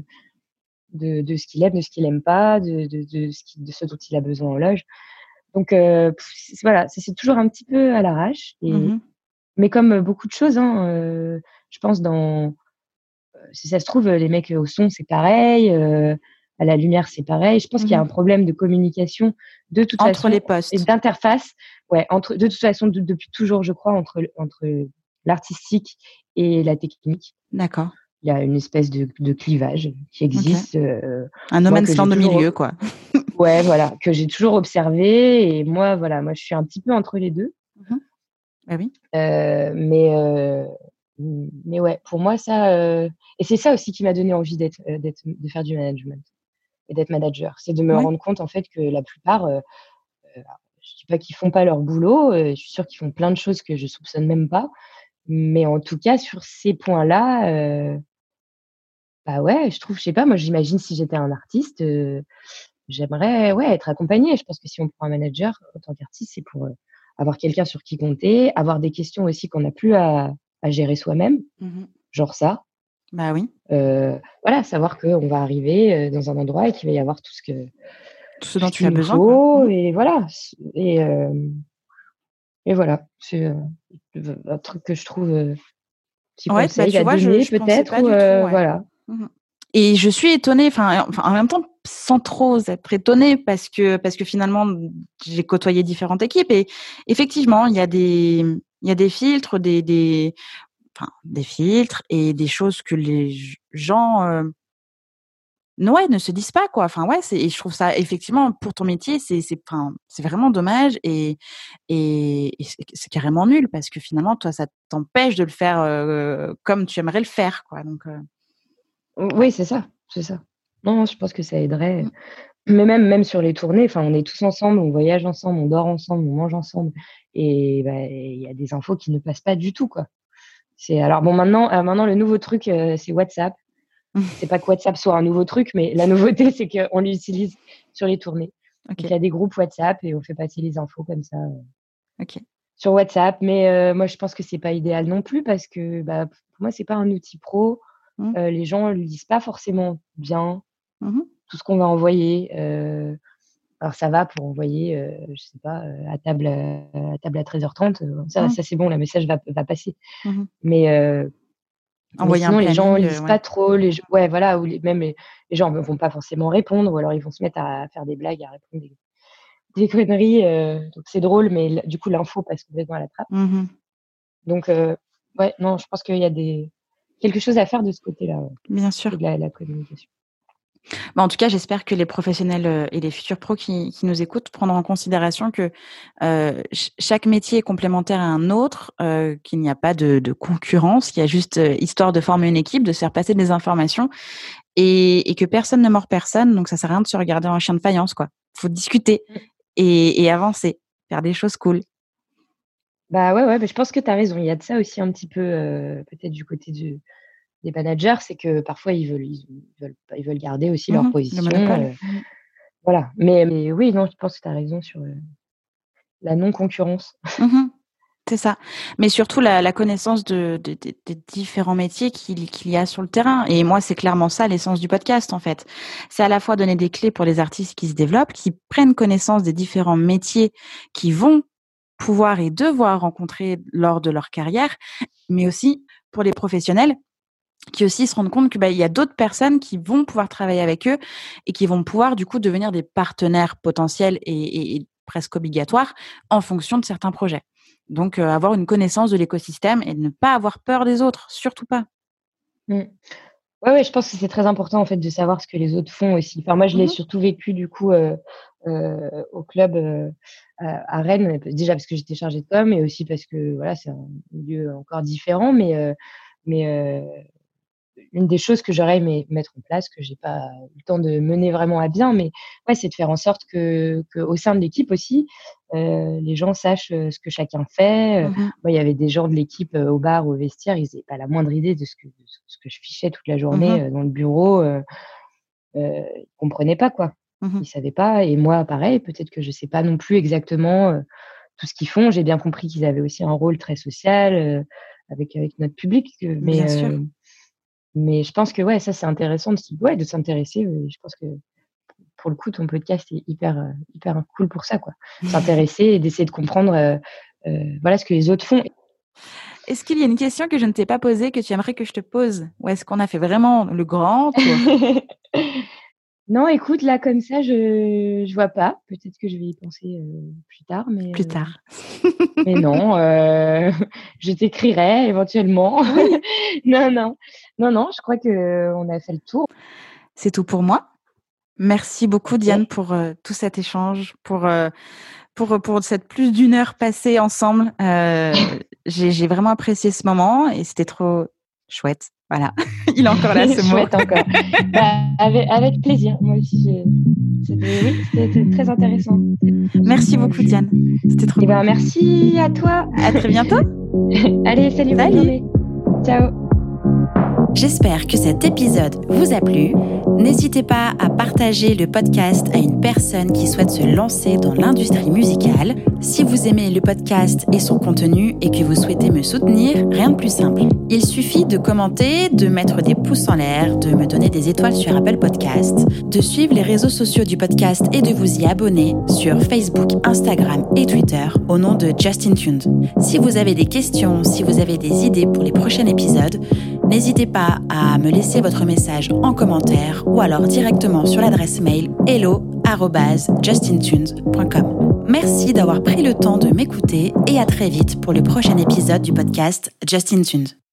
de ce qu'il aime, de ce qu'il aime pas, de ce dont il a besoin en loge. Donc voilà, c'est toujours un petit peu à l'arrache, Mmh. mais comme, beaucoup de choses, hein, je pense si ça se trouve, les mecs, au son, c'est pareil, à la lumière, c'est pareil. Je pense qu'il y a Mmh. un problème de communication de toute Entre façon, les et postes. d'interface, ouais, de toute façon, depuis toujours, je crois, entre l'artistique et la technique. D'accord. Il y a une espèce de clivage qui OK. existe, Un no moi, que man's j'ai land au toujours milieu, quoi. ouais, voilà, que j'ai toujours observé, et moi, voilà, moi, je suis un petit peu entre les 2. Mmh. Bah oui. Heu, mais heu, mais ouais, pour moi, ça, et c'est ça aussi qui m'a donné envie de faire du management et d'être manager. C'est de me Ouais. rendre compte, en fait, que la plupart, je dis pas qu'ils font pas leur boulot, je suis sûre qu'ils font plein de choses que je soupçonne même pas, mais en tout cas, sur ces points-là, bah, ouais, je sais pas, moi, j'imagine si j'étais un artiste, j'aimerais, ouais, être accompagnée. Je pense que si on prend un manager en tant qu'artiste, c'est pour, avoir quelqu'un sur qui compter, avoir des questions aussi qu'on n'a plus à gérer soi-même, Mmh. genre ça. Bah oui. Voilà, savoir qu'on va arriver, dans un endroit et qu'il va y avoir Tout ce tout dont ce tu qu'il as nous besoin, quoi. faut, Mmh. et voilà. Et voilà, c'est, un truc que je trouve, petit Ouais, bah, conseil tu à vois, je donner je pensais peut-être, pas ou du tout, ouais. voilà. Mmh. Et je suis étonnée, enfin, en même temps, sans trop être étonnée parce que finalement, j'ai côtoyé différentes équipes et effectivement, il y a des filtres, des filtres et des choses que les gens, ouais, ne se disent pas, quoi. Enfin, ouais, et je trouve ça effectivement pour ton métier, enfin, c'est vraiment dommage et c'est carrément nul parce que finalement, toi, ça t'empêche de le faire, comme tu aimerais le faire, quoi, donc ouais. Oui, c'est ça, c'est ça. Non, non, je pense que ça aiderait. Mmh. Mais même sur les tournées, enfin, on est tous ensemble, on voyage ensemble, on dort ensemble, on mange ensemble, et bah, il y a des infos qui ne passent pas du tout, quoi. C'est alors bon, maintenant le nouveau truc, c'est WhatsApp. C'est pas que WhatsApp soit un nouveau truc, mais la nouveauté, c'est qu'on l'utilise sur les tournées. Donc il OK, y a des groupes WhatsApp et on fait passer les infos comme ça, OK. sur WhatsApp. Mais moi, je pense que c'est pas idéal non plus, parce que, bah, pour moi, c'est pas un outil pro. Mmh. Les gens lisent pas forcément bien Mmh mh. tout ce qu'on va envoyer. Alors ça va pour envoyer, je sais pas, à table à 13h30, ça Mmh. ça c'est bon, le message va passer. Mmh mh. Mais Envoyer sinon, un les gens planning, lisent ouais. pas trop. Ouais, voilà, ou même les gens ne vont pas forcément répondre, ou alors ils vont se mettre à faire des blagues, à répondre des conneries. Donc c'est drôle, mais du coup, l'info passe complètement à la trappe. Mmh. Donc, ouais, non, je pense qu'il y a quelque chose à faire de ce côté-là, ouais, Bien et sûr. de la communication. Bah, en tout cas, j'espère que les professionnels, et les futurs pros qui nous écoutent prendront en considération que, chaque métier est complémentaire à un autre, qu'il n'y a pas de concurrence, qu'il y a juste, histoire de former une équipe, de se faire passer des informations et que personne ne mord personne, donc ça sert à rien de se regarder en chien de faïence, quoi. Faut discuter Mmh. et avancer, faire des choses cool. Bah, ouais, je pense que tu as raison. Il y a de ça aussi un petit peu, peut-être du côté des managers, c'est que parfois ils veulent garder aussi leur Le position, monopole. voilà. Mais oui, non, je pense que tu as raison sur, la non-concurrence. Mmh. C'est ça. Mais surtout la connaissance des différents métiers qu'il y a sur le terrain et moi, c'est clairement ça l'essence du podcast, en fait. C'est à la fois donner des clés pour les artistes qui se développent, qui prennent connaissance des différents métiers qu'ils vont pouvoir et devoir rencontrer lors de leur carrière, mais aussi pour les professionnels qui aussi se rendent compte que, il y a d'autres personnes qui vont pouvoir travailler avec eux et qui vont pouvoir, du coup, devenir des partenaires potentiels et presque obligatoires en fonction de certains projets. Donc, avoir une connaissance de l'écosystème et ne pas avoir peur des autres, surtout pas. Mmh. Ouais, je pense que c'est très important, en fait, de savoir ce que les autres font aussi. Enfin, moi, je l'ai Mmh. surtout vécu, du coup, au club, à Rennes, déjà parce que j'étais chargée de com, et aussi parce que, voilà, c'est un milieu encore différent, mais une des choses que j'aurais aimé mettre en place, que j'ai pas eu le temps de mener vraiment à bien, mais ouais, c'est de faire en sorte qu'au sein de l'équipe aussi, les gens sachent, ce que chacun fait. Mmh. Moi, il y avait des gens de l'équipe, au bar, au vestiaire, ils avaient pas la moindre idée de ce que je fichais toute la journée, Mmh. dans le bureau. Ils comprenaient pas, quoi. Mmh. Ils savaient pas, et moi, pareil, peut-être que je sais pas non plus exactement, tout ce qu'ils font. J'ai bien compris qu'ils avaient aussi un rôle très social, avec notre public, Bien sûr. mais je pense que, ouais, ça, c'est intéressant de s'intéresser. Je pense que, pour le coup, ton podcast est hyper cool pour ça, quoi. S'intéresser et d'essayer de comprendre, voilà, ce que les autres font. Est-ce qu'il y a une question que je ne t'ai pas posée, que tu aimerais que je te pose? Ou est-ce qu'on a fait vraiment le grand tour? Non, écoute, là, comme ça, je vois pas. Peut-être que je vais y penser, plus tard, mais Plus tard. non, je t'écrirai éventuellement. Oui. Non, non. Non, non, je crois qu'on a fait le tour. C'est tout pour moi. Merci beaucoup Diane OK. pour, tout cet échange, pour cette plus d'1 heure passée ensemble. J'ai vraiment apprécié ce moment et c'était trop chouette. Voilà, il est encore là ce mot. Chouette encore. Bah, avec plaisir. Moi aussi, c'était très intéressant. Merci beaucoup Diane, c'était trop Et ben, cool. merci à toi. À très bientôt. Allez, salut, bonne Salut. journée. Ciao. J'espère que cet épisode vous a plu. N'hésitez pas à partager le podcast à une personne qui souhaite se lancer dans l'industrie musicale. Si vous aimez le podcast et son contenu et que vous souhaitez me soutenir, rien de plus simple. Il suffit de commenter, de mettre des pouces en l'air, de me donner des étoiles sur Apple Podcasts, de suivre les réseaux sociaux du podcast et de vous y abonner sur Facebook, Instagram et Twitter au nom de Justin Tuned. Si vous avez des questions, si vous avez des idées pour les prochains épisodes, n'hésitez pas à me laisser votre message en commentaire ou alors directement sur l'adresse mail hello@justintunes.com. Merci d'avoir pris le temps de m'écouter et à très vite pour le prochain épisode du podcast Justin Tuned.